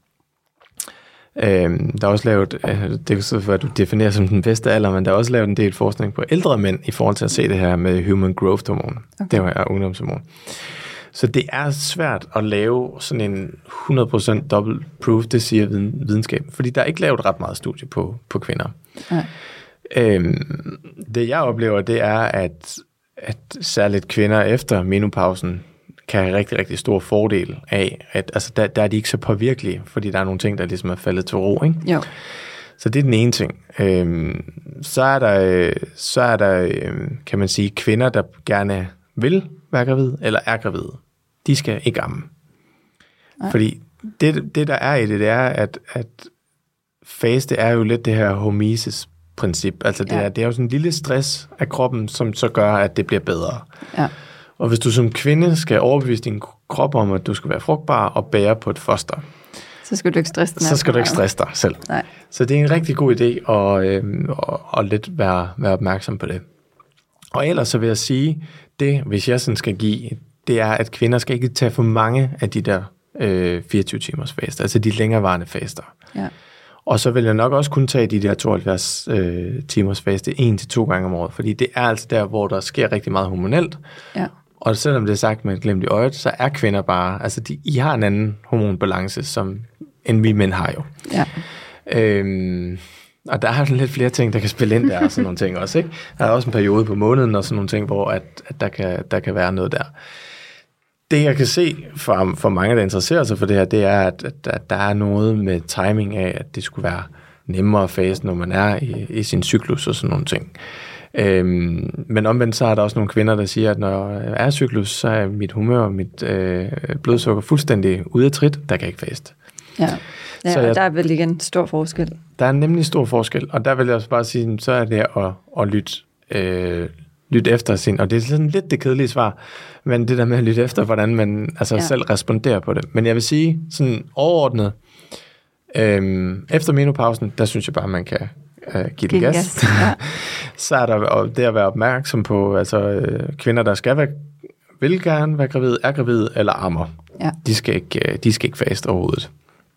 Der er også lavet, det er så for, at du definerer som den bedste alder, men der er også lavet en del forskning på ældre mænd i forhold til at se det her med human growth hormon. Okay. Det er ungdomshormon. Så det er svært at lave sådan en 100% double proof, det siger videnskaben, fordi der er ikke lavet ret meget studie på kvinder. Nej. Det jeg oplever, det er, at særligt kvinder efter menopausen kan have rigtig, rigtig stor fordel af, at altså, der er de ikke så påvirkelige, fordi der er nogle ting, der ligesom er faldet til ro, ikke? Jo. Så det er den ene ting. Så er der, kan man sige, kvinder, der gerne vil være gravide, eller er gravide. De skal ikke amme. Nej. Fordi det, der er i det er, at faste er jo lidt det her hormesis-princip. Altså det er jo sådan en lille stress af kroppen, som så gør, at det bliver bedre. Ja. Og hvis du som kvinde skal overbevise din krop om, at du skal være frugtbar og bære på et foster, så skal du ikke stresse dig. Så skal du ikke stresse dig selv. Nej. Så det er en rigtig god idé at lidt være opmærksom på det. Og ellers så vil jeg sige, det hvis jeg sådan skal give, det er, at kvinder skal ikke tage for mange af de der 24 timers faster, altså de længerevarende faster. Ja. Og så vil jeg nok også kunne tage de der 72 timers faste 1 til 2 gange om året, fordi det er altså der, hvor der sker rigtig meget hormonelt. Ja. Og selvom det er sagt med et glimt i øjet, så er kvinder bare, altså I har en anden hormonbalance, end vi mænd har jo. Ja. Og der er lidt flere ting, der kan spille ind der, og sådan nogle ting også, ikke? Der er også en periode på måneden, og sådan nogle ting, hvor at der kan være noget der. Det, jeg kan se for mange, der interesserer sig for det her, det er, at der er noget med timing af, at det skulle være nemmere at faste, når man er i sin cyklus og sådan nogle ting. Men omvendt så er der også nogle kvinder, der siger, at når jeg er cyklus, så er mit humør og mit blodsukker fuldstændig ude af trit, der kan jeg ikke faste. Ja, så der er vel igen stor forskel. Der er nemlig stor forskel, og der vil jeg også bare sige, så er det at lytte efter sin, og det er sådan lidt det kedelige svar, men det der med at lytte efter, hvordan man selv responderer på det. Men jeg vil sige, sådan overordnet, efter menopausen, der synes jeg bare, man kan give den gas. Ja. Så er der det at være opmærksom på, kvinder, der vil gerne være gravide, er gravide eller ammer. Ja. De skal ikke faste overhovedet.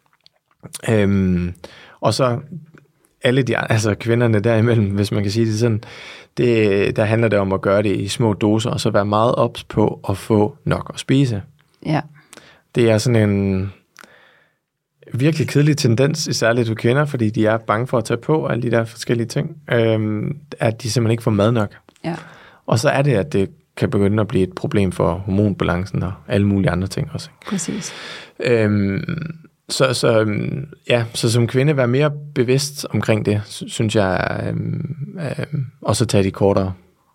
Og så alle de kvinderne derimellem, hvis man kan sige det sådan, der handler det om at gøre det i små doser, og så være meget ops på at få nok at spise. Ja. Det er sådan en virkelig kedelig tendens, særligt hos kvinder, fordi de er bange for at tage på alle de der forskellige ting, at de simpelthen ikke får mad nok. Ja. Og så er det, at det kan begynde at blive et problem for hormonbalancen og alle mulige andre ting også. Præcis. Så som kvinde være mere bevidst omkring det, synes jeg, og så tage de kortere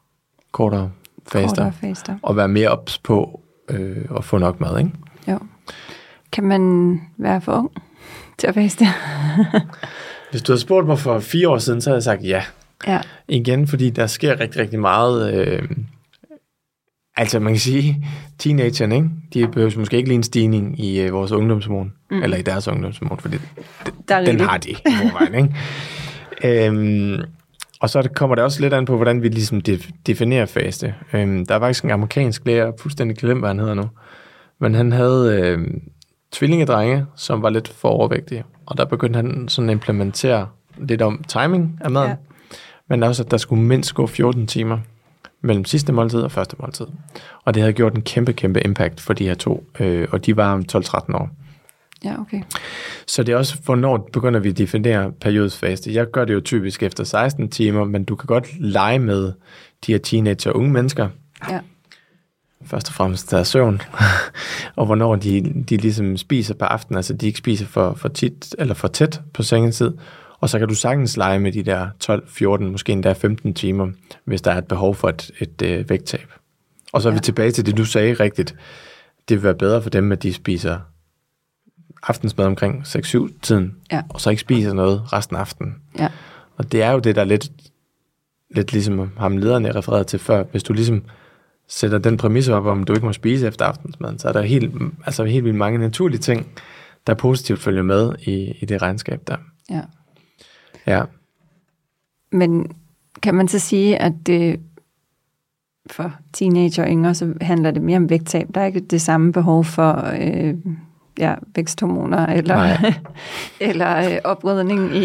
faster, og være mere ops på at få nok mad, ikke? Jo. Kan man være for ung til at faste? Hvis du havde spurgt mig for 4 år siden, så havde jeg sagt ja. Ja. Igen, fordi der sker rigtig, rigtig meget. Man kan sige, teenagerne, ikke? De behøver måske ikke lige en stigning i vores ungdomshormon, eller i deres ungdomshormon, fordi den har de i forvejen, ikke? Og så kommer det også lidt an på, hvordan vi ligesom definerer faste. Der er faktisk en amerikansk læger, fuldstændig glemt, hvad han hedder nu, men han havde tvillingedrenge, som var lidt for overvægtige, og der begyndte han sådan at implementere lidt om timing af maden, men også, at der skulle mindst gå 14 timer mellem sidste måltid og første måltid. Og det havde gjort en kæmpe impact for de her to, og de var 12-13 år. Ja, okay. Så det er også, hvornår begynder vi at definere periodisk faste. Jeg gør det jo typisk efter 16 timer, men du kan godt lege med de her teenager og unge mennesker. Ja. Først og fremmest deres søvn, og hvornår de ligesom spiser på aftenen, altså de ikke spiser for tit eller for tæt på sengetid. Og så kan du sagtens lege med de der 12, 14, måske endda 15 timer, hvis der er et behov for et vægttab. Og så er vi tilbage til det, du sagde rigtigt. Det vil være bedre for dem, at de spiser aftensmad omkring 6-7 tiden, og så ikke spiser noget resten af aftenen. Ja. Og det er jo det, der er lidt ligesom ham lederen, jeg refererede til før. Hvis du ligesom sætter den præmis op, om du ikke må spise efter aftensmaden, så er der helt vildt mange naturlige ting, der positivt følger med i det regnskab der. Ja. Ja. Men kan man så sige, at det for teenager og yngre, så handler det mere om vægttab? Der er ikke det samme behov for væksthormoner eller oprydning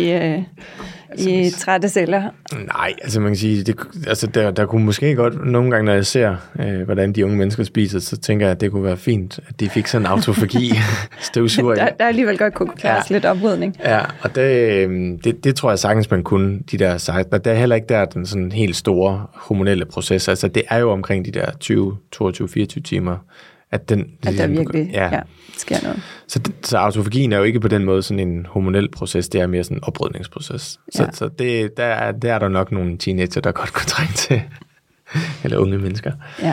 i trætte celler? Nej, man kan sige, der kunne måske godt, nogle gange når jeg ser, hvordan de unge mennesker spiser, så tænker jeg, at det kunne være fint, at de fik sådan en autofagi støvsuger. Der alligevel godt kunne klares lidt oprydning. Ja, og det tror jeg sagtens, man kunne, de der 16, og det er heller ikke der den sådan helt store hormonelle proces. Altså det er jo omkring de der 20, 22, 24 timer, at der virkelig sker noget. Så autofagien er jo ikke på den måde sådan en hormonel proces, det er mere sådan en oprydningsproces. Så der er der nok nogle teenager, der godt kunne trænge til, eller unge mennesker. Ja.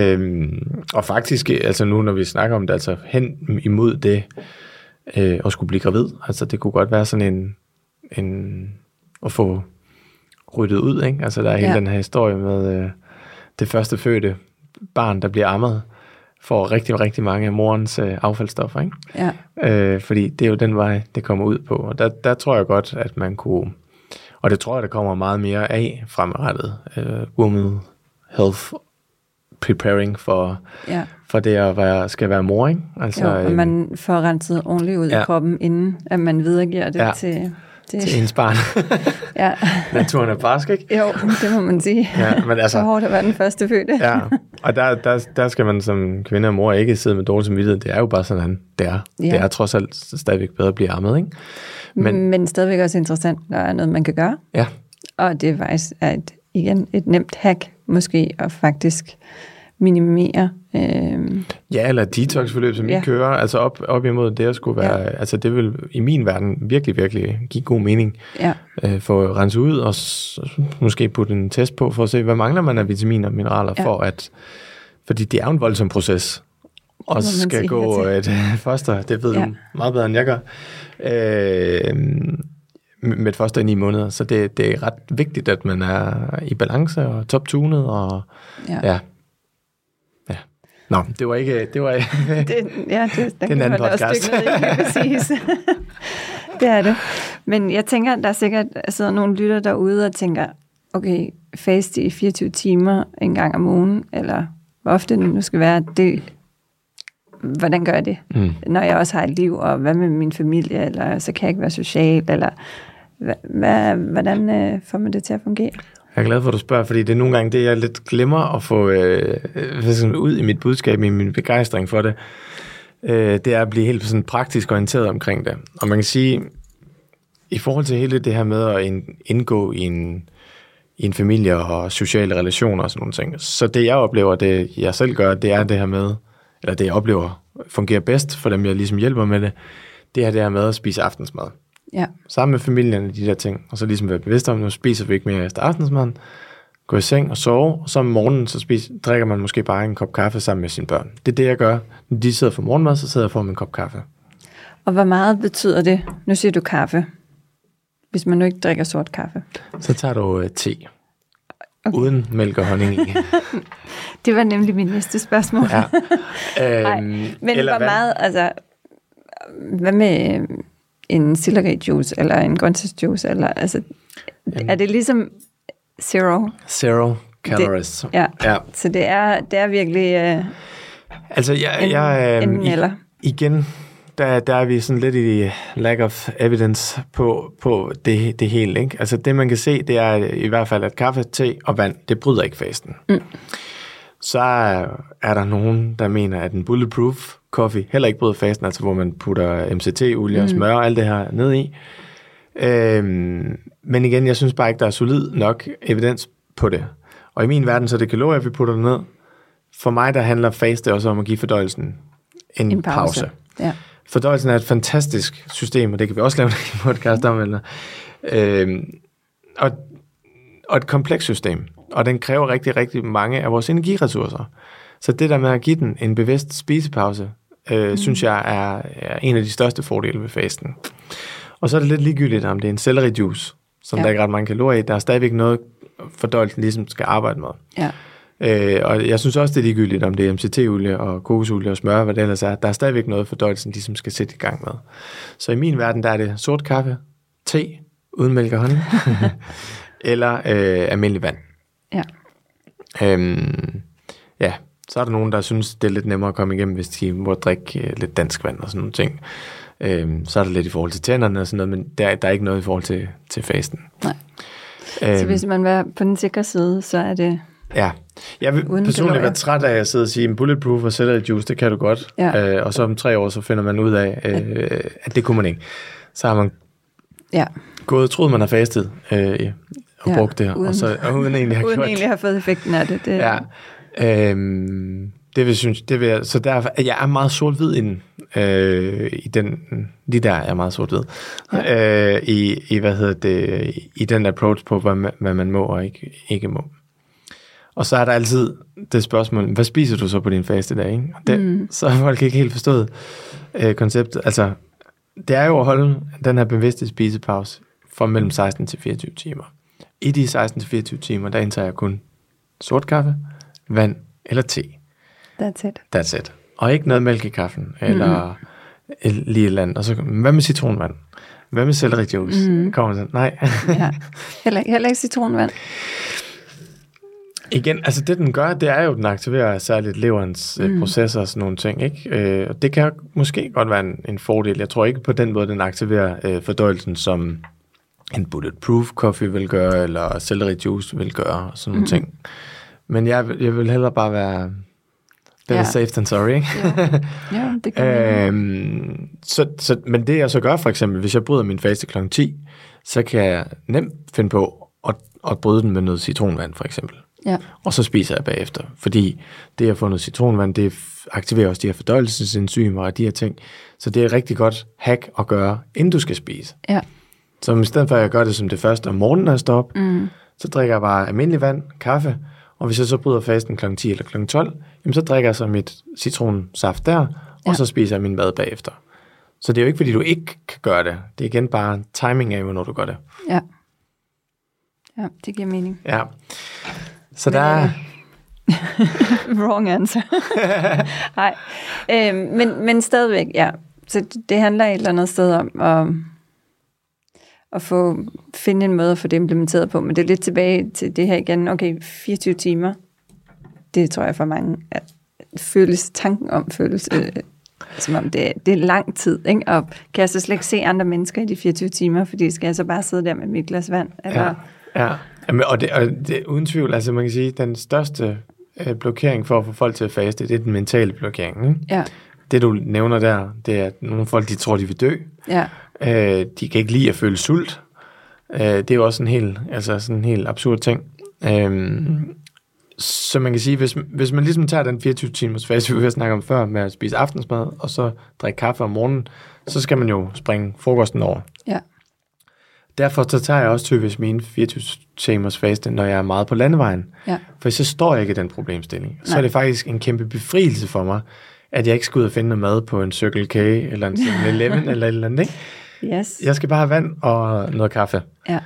Og faktisk, nu når vi snakker om det, hen imod det, at skulle blive gravid, det kunne godt være sådan en at få ryddet ud, ikke? Der er hele den her historie med det første fødte barn, der bliver ammet, får rigtig, rigtig mange af morens affaldsstoffer, ikke? Ja. Fordi det er jo den vej, det kommer ud på. Og der tror jeg godt, at man kunne, og det tror jeg, der kommer meget mere af fremadrettet. Woman Health Preparing for det at skal være mor, ikke? Og man får renset ordentligt ud i kroppen, inden at man videregiver det til ens barn. Ja. Naturen er barsk, ikke? Jo, det må man sige. Ja, men så hårdt at være den første fødte. Ja, og der skal man som kvinde og mor ikke sidde med dårlig samvittighed. Det er jo bare sådan, det er. Ja. Det er trods alt stadigvæk bedre at blive ammet, ikke? Men stadigvæk også interessant, der er noget, man kan gøre. Ja. Og det faktisk er et nemt hack, måske, at faktisk minimere. Ja, eller detox-forløb, som I kører, altså op imod det at skulle være, altså det vil i min verden virkelig, virkelig give god mening. Ja. Få renset ud, og måske putte en test på, for at se, hvad mangler man af vitaminer og mineraler, fordi det er jo en voldsom proces, og skal gå et foster, det ved du meget bedre, end jeg gør, med et foster i 9 måneder, så det er ret vigtigt, at man er i balance og toptunet, og ja. Nå, det var ikke... det er en anden podcast. Præcis. Det er det. Men jeg tænker, der er sikkert sidder nogle lytter derude og tænker, okay, faste i 24 timer en gang om ugen, eller hvor ofte det nu skal være, hvordan gør jeg det? Når jeg også har et liv, og hvad med min familie, eller så kan jeg ikke være social, eller hvordan får man det til at fungere? Jeg er glad for, at du spørger, fordi det er nogle gange det, jeg lidt glemmer at få ud i mit budskab, i min begejstring for det. Det er at blive helt sådan praktisk orienteret omkring det. Og man kan sige, i forhold til hele det her med at indgå i en familie og sociale relationer og sådan nogle ting, så det jeg oplever, det jeg selv gør, det er det her med, eller det jeg oplever fungerer bedst for dem, jeg ligesom hjælper med det er det her med at spise aftensmad. Ja. Sammen med familien og de der ting, og så ligesom være bevidst om, nu spiser vi ikke mere efter aftensmaden, gå i seng og sove, og så om morgenen, så drikker man måske bare en kop kaffe sammen med sine børn. Det er det, jeg gør. Når de sidder for morgenmad, så sidder jeg for en kop kaffe. Og hvor meget betyder det? Nu siger du kaffe. Hvis man nu ikke drikker sort kaffe. Så tager du te. Okay. Uden mælk og honning i. Det var nemlig min næste spørgsmål. Ja. Men hvor meget, altså, hvad med en selleri-juice, eller en grøntsagsjuice, eller, altså, er det ligesom zero calories. Ja. Så det er virkelig altså, igen, der er vi sådan lidt i lack of evidence på det hele, ikke? Altså, det man kan se, det er i hvert fald, at kaffe, te og vand, det bryder ikke fasten. Så er der nogen, der mener, at en bulletproof coffee heller ikke bryder fasten, altså hvor man putter MCT-olie og smør og alt det her ned i. Men igen, jeg synes bare ikke, der er solid nok evidens på det. Og i min verden, så er det kalorier, vi putter ned. For mig, der handler faste også om at give fordøjelsen en pause. Ja. Fordøjelsen er et fantastisk system, og det kan vi også lave en podcast om. Og et komplekst system. Og den kræver rigtig, rigtig mange af vores energiressourcer. Så det der med at give den en bevidst spisepause, synes jeg er en af de største fordele ved fasten. Og så er det lidt ligegyldigt, om det er en selleri-juice, som der ikke er ret mange kalorier i. Der er stadigvæk noget, fordøjelsen ligesom skal arbejde med. Ja. Og jeg synes også, det er ligegyldigt, om det er MCT-olie og kokosolie og smør, hvad det ellers er. Der er stadigvæk noget, fordøjelsen ligesom skal sætte i gang med. Så i min verden, der er det sort kaffe, te, uden mælk og honning, eller almindelig vand. Ja. Så er der nogen, der synes, det er lidt nemmere at komme igennem, hvis de må drikke lidt dansk vand og sådan nogle ting. Så er der lidt i forhold til tænderne og sådan noget, men der er ikke noget i forhold til fasten. Nej. Så hvis man vil på den sikre side, så er det... Ja, jeg vil personligt være træt af at sidde og sige, bulletproof og selleri juice, det kan du godt. Ja. Og så om 3 år, så finder man ud af, at det kunne man ikke. Så har man troet, man har fastet og brugt det, uden egentlig har uden egentlig har fået effekten af det. Ja. Så derfor, jeg er meget sort-hvid i den, lige der er jeg meget sort-hvid, i den approach på, hvad man må og ikke må. Og så er der altid det spørgsmål, hvad spiser du så på din faste dag, ikke? Så har folk ikke helt forstået konceptet. Altså, det er jo at holde den her bevidste spisepause fra mellem 16 til 24 timer. I de 16 til 24 timer, der indtager jeg kun sort kaffe, vand eller te. That's it. Og ikke noget mælk i kaffen, eller lige et eller andet. Og så, hvad med citronvand? Hvad med selleri-juice? Kommer sådan, nej. Ja. Heller ikke citronvand. Igen, altså det den gør, det er jo, den aktiverer særligt leverens processer og sådan nogle ting, ikke? Og det kan måske godt være en fordel. Jeg tror ikke på den måde, den aktiverer fordøjelsen, som en bulletproof coffee vil gøre, eller selleri-juice vil gøre, og sådan nogle ting. Men jeg vil hellere bare være better safe than sorry, ikke? Ja, det kan men det jeg så gør, for eksempel, hvis jeg bryder min faste kl. 10, så kan jeg nemt finde på og bryde den med noget citronvand for eksempel. Ja. Og så spiser jeg bagefter, fordi det at få noget citronvand, det aktiverer også de her fordøjelsesenzymer og de her ting. Så det er et rigtig godt hack at gøre, inden du skal spise. Ja. Så i stedet for at jeg gør det som det første om morgenen, når jeg står op, så drikker jeg bare almindelig vand, kaffe, og hvis jeg så bryder fasten kl. 10 eller kl. 12, jamen så drikker jeg så mit citronsaft der, og så spiser jeg min mad bagefter. Så det er jo ikke, fordi du ikke kan gøre det. Det er igen bare timing af, hvornår du gør det. Ja. Ja, det giver mening. Ja. Så der er... Wrong answer. Nej. Men stadigvæk, ja. Så det handler et eller andet sted om at finde en måde at få det implementeret på. Men det er lidt tilbage til det her igen. Okay, 24 timer. Det tror jeg for mange, at tanken om føles som om det er lang tid. Ikke? Og kan jeg så slet ikke se andre mennesker i de 24 timer, fordi skal jeg så bare sidde der med mit glas vand? Eller? Ja. Jamen, og det uden tvivl, altså man kan sige, den største blokering for at få folk til at faste, det er den mentale blokering. Ikke? Ja. Det du nævner der, det er, at nogle folk, de tror, de vil dø. Ja. De kan ikke lide at føle sult. Det er jo også sådan en helt absurd ting. Så man kan sige, hvis man ligesom tager den 24 timers fase, vi har snakket om før, med at spise aftensmad, og så drikke kaffe om morgenen, så skal man jo springe frokosten over. Ja. Derfor så tager jeg også typisk mine 24 timers faste, når jeg er meget på landevejen. Ja. For så står jeg ikke i den problemstilling. Så er det faktisk en kæmpe befrielse for mig, at jeg ikke skal ud og finde noget mad på en Circle K, eller en 7-Eleven, eller et eller andet, ikke? Yes. Jeg skal bare have vand og noget kaffe. Ja.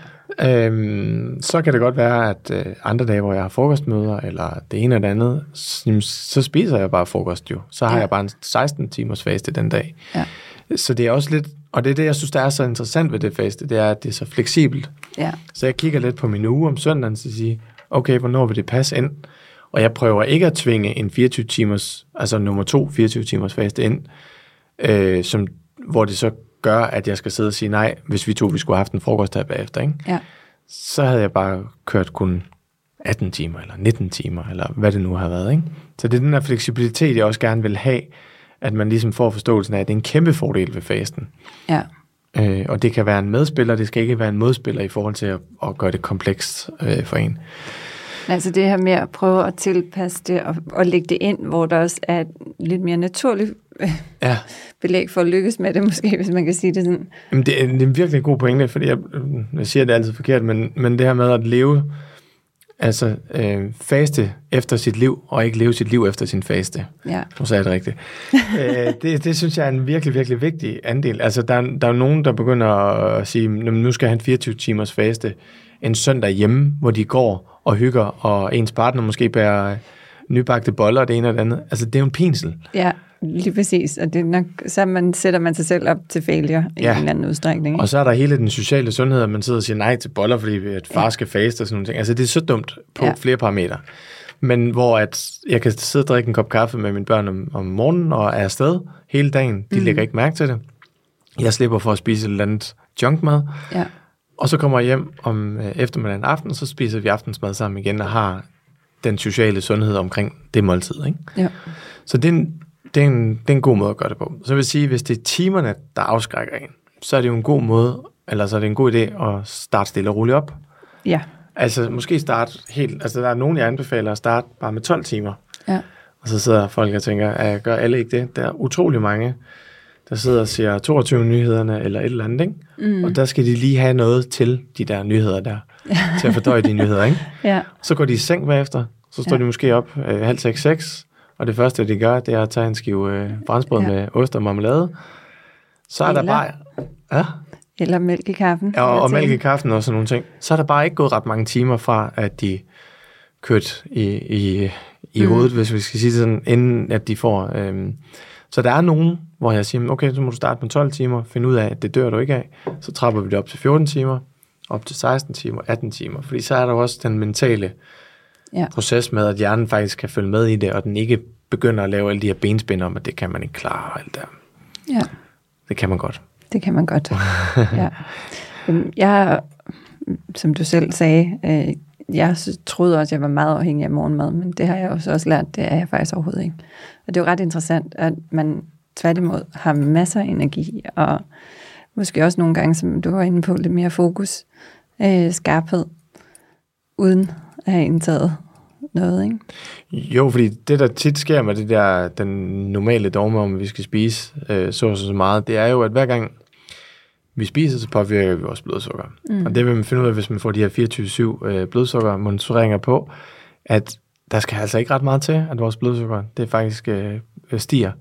Så kan det godt være, at andre dage, hvor jeg har frokostmøder, eller det ene eller det andet, så spiser jeg bare frokost jo. Så har jeg bare en 16 timers faste den dag. Ja. Så det er også lidt, og det er det, jeg synes, der er så interessant ved det faste, det er, at det er så fleksibelt. Ja. Så jeg kigger lidt på min uge om søndagen, så siger, okay, hvornår vil det passe ind? Og jeg prøver ikke at tvinge en 24 timers, altså nummer 2 24 timers faste ind, hvor det så gør, at jeg skal sidde og sige nej, hvis vi skulle have haft en frokost her bagefter, ikke? Ja. Så havde jeg bare kørt kun 18 timer, eller 19 timer, eller hvad det nu har været, ikke? Så det er den her fleksibilitet, jeg også gerne vil have, at man ligesom får forståelsen af, at det er en kæmpe fordel ved fasten. Ja. Og det kan være en medspiller, det skal ikke være en modspiller i forhold til at gøre det komplekst for en. Altså det her med at prøve at tilpasse det og lægge det ind, hvor der også er lidt mere naturligt belæg for at lykkes med det, måske, hvis man kan sige det sådan. Jamen det er en virkelig god pointe, fordi jeg siger det altid forkert, men det her med at leve, altså faste efter sit liv, og ikke leve sit liv efter sin faste. Ja. Nu sagde jeg det rigtigt. Det synes jeg er en virkelig, virkelig vigtig andel. Altså der er nogen, der begynder at sige, nu skal jeg have en 24 timers faste en søndag hjemme, hvor de går og hygger, og ens partner måske bærer nybagte boller og det ene og det andet. Altså det er jo en pinsel. Ja, lige præcis. Og det er nok, så sætter man sig selv op til failure i en eller anden udstrækning. Ikke? Og så er der hele den sociale sundhed, at man sidder og siger nej til boller, fordi at far skal faste og sådan nogle ting. Altså det er så dumt på flere parametre. Men hvor at jeg kan sidde og drikke en kop kaffe med mine børn om morgenen og er afsted hele dagen. De lægger ikke mærke til det. Jeg slipper for at spise et eller andet junkmad. Ja. Og så kommer jeg hjem om eftermiddagen aften, og så spiser vi aftensmad sammen igen og har den sociale sundhed omkring det måltid. Ikke? Ja. Så det er en god måde at gøre det på. Så vil jeg sige, hvis det er timerne, der afskrækker en, så er det jo en god måde, eller så er det en god idé at starte stille og roligt op. Ja. Altså måske starte helt, altså der er nogen, jeg anbefaler at starte bare med 12 timer. Ja. Og så sidder folk og tænker, gør alle ikke det? Der er utrolig mange, der sidder og siger 22 nyhederne eller et eller andet, ikke? Mm. Og der skal de lige have noget til de der nyheder der, til at fordøje de nyheder, ikke? Ja. Så går de i seng bagefter, så står de måske op 5:30-6, og det første, de gør, det er at tage en skive franskbrød med ost og marmelade. Så er der bare... Ja? Eller mælk i kaffen. Ja, og mælk i kaffen og sådan nogle ting. Så er der bare ikke gået ret mange timer fra, at de kørte i hovedet, hvis vi skal sige sådan, inden at de får... Så der er nogen, hvor jeg siger, okay, så må du starte med 12 timer, finde ud af, at det dør du ikke af. Så trapper vi det op til 14 timer, op til 16 timer, 18 timer. Fordi så er der også den mentale proces med, at hjernen faktisk kan følge med i det, og den ikke begynder at lave alle de her benspænd om, at det kan man ikke klare. Og alt der. Ja. Det kan man godt. Det kan man godt, ja. Jeg, som du selv sagde, jeg troede også, at jeg var meget afhængig af morgenmad, men det har jeg også lært, det er jeg faktisk overhovedet ikke. Og det er jo ret interessant, at man tværtimod har masser af energi, og måske også nogle gange, som du var inde på, lidt mere fokus, skarphed. uden at have indtaget noget, ikke? Jo, fordi det, der tit sker med det der, den normale dogme om, at vi skal spise så meget, det er jo, at hver gang vi spiser, så påvirker vi vores blodsukker. Og det vil man finde ud af, hvis man får de her 24/7 blodsukkermonitoreringer på, at der skal altså ikke ret meget til, at vores blodsukker, det faktisk stiger.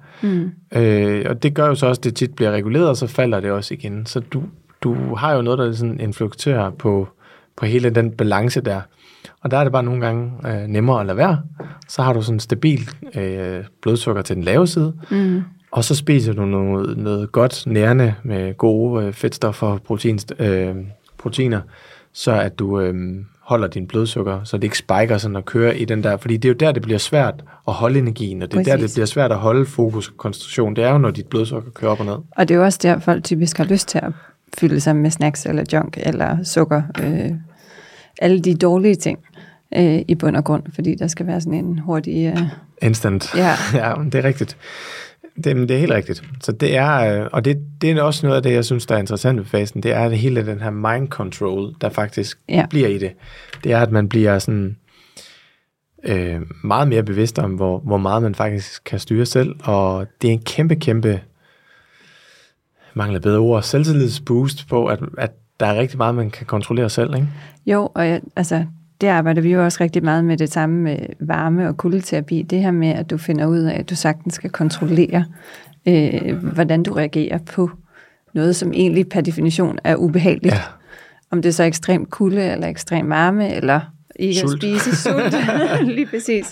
Og det gør jo så også, at det tit bliver reguleret, og så falder det også igen. Så du har jo noget, der sådan influktuerer på hele den balance der. Og der er det bare nogle gange nemmere at lade være. Så har du sådan en stabil blodsukker til den lave side, og så spiser du noget godt nærende med gode fedtstoffer og proteiner, så at du holder din blodsukker, så det ikke spiker sådan og kører i den der, fordi det er jo der, det bliver svært at holde energien, og det er der, det bliver svært at holde fokus og koncentration. Det er jo, når dit blodsukker kører op og ned. Og det er jo også der, folk typisk har lyst til at fylde sig med snacks eller junk eller sukker. Alle de dårlige ting i bund og grund, fordi der skal være sådan en hurtig... Instant. Ja. Ja, det er rigtigt. Det er helt rigtigt. Så det er, og det er også noget af det, jeg synes, der er interessant ved fasten, det er det hele den her mind control, der faktisk bliver i det. Det er, at man bliver sådan meget mere bevidst om, hvor meget man faktisk kan styre selv, og det er en kæmpe, mangler bedre ord, selvtillidsboost på, at der er rigtig meget, man kan kontrollere selv, ikke? Jo, og det arbejder vi jo også rigtig meget med det samme med varme- og kuldeterapi. Det her med, at du finder ud af, at du sagtens skal kontrollere, hvordan du reagerer på noget, som egentlig per definition er ubehageligt. Ja. Om det er så ekstrem kulde, eller ekstrem varme, eller ikke sult. At spise sult. Lige præcis.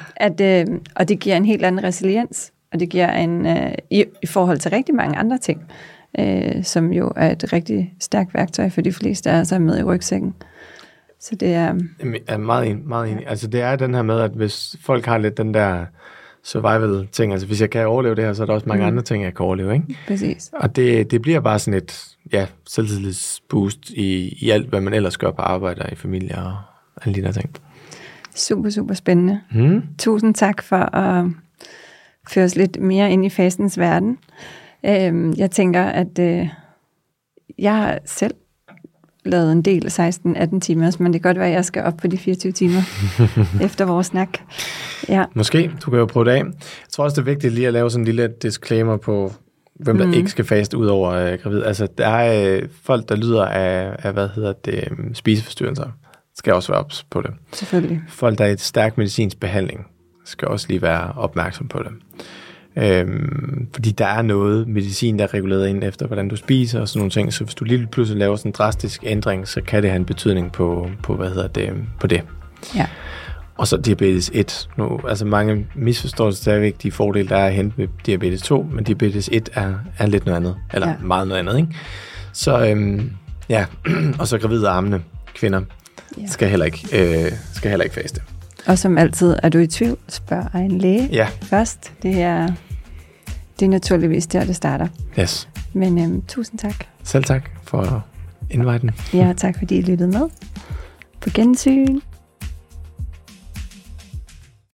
Og det giver en helt anden resiliens, og det giver en i forhold til rigtig mange andre ting, som jo er et rigtig stærkt værktøj for de fleste af os er med i rygsækken. Så det er... Jeg er meget enig. Altså det er den her med, at hvis folk har lidt den der survival-ting, altså hvis jeg kan overleve det her, så er der også mange andre ting, jeg kan overleve, ikke? Præcis. Og det bliver bare sådan et selvtillidsboost i alt, hvad man ellers gør på arbejde og i familie og alle de der ting. Super, super spændende. Tusind tak for at føre os lidt mere ind i fastens verden. Jeg tænker, at jeg har selv lavet en del af 16-18 timer, men det kan godt være, at jeg skal op på de 24 timer efter vores snak. Ja. Måske, du kan jo prøve det af. Jeg tror også, det er vigtigt lige at lave sådan en lille disclaimer på, hvem der ikke skal faste ud over gravid. Altså, der er folk, der lider af spiseforstyrrelser, skal også være ops på det. Selvfølgelig. Folk, der er i et stærk medicinsk behandling, skal også lige være opmærksom på det. Fordi der er noget medicin, der er reguleret ind efter, hvordan du spiser og sådan nogle ting. Så hvis du lige pludselig laver sådan en drastisk ændring, så kan det have en betydning på det. Ja. Og så diabetes 1. Nu, altså mange misforstår stadigvæk de fordele, der er at hente ved diabetes 2, men diabetes 1 er lidt noget andet. Eller meget noget andet, ikke? Så og så gravide armene kvinder skal heller ikke faste. Og som altid, er du i tvivl, spørg egen læge først. Det er naturligvis der, det starter. Yes. Men tusind tak. Selv tak for inviten. Ja, tak fordi I lyttede med. På gensyn.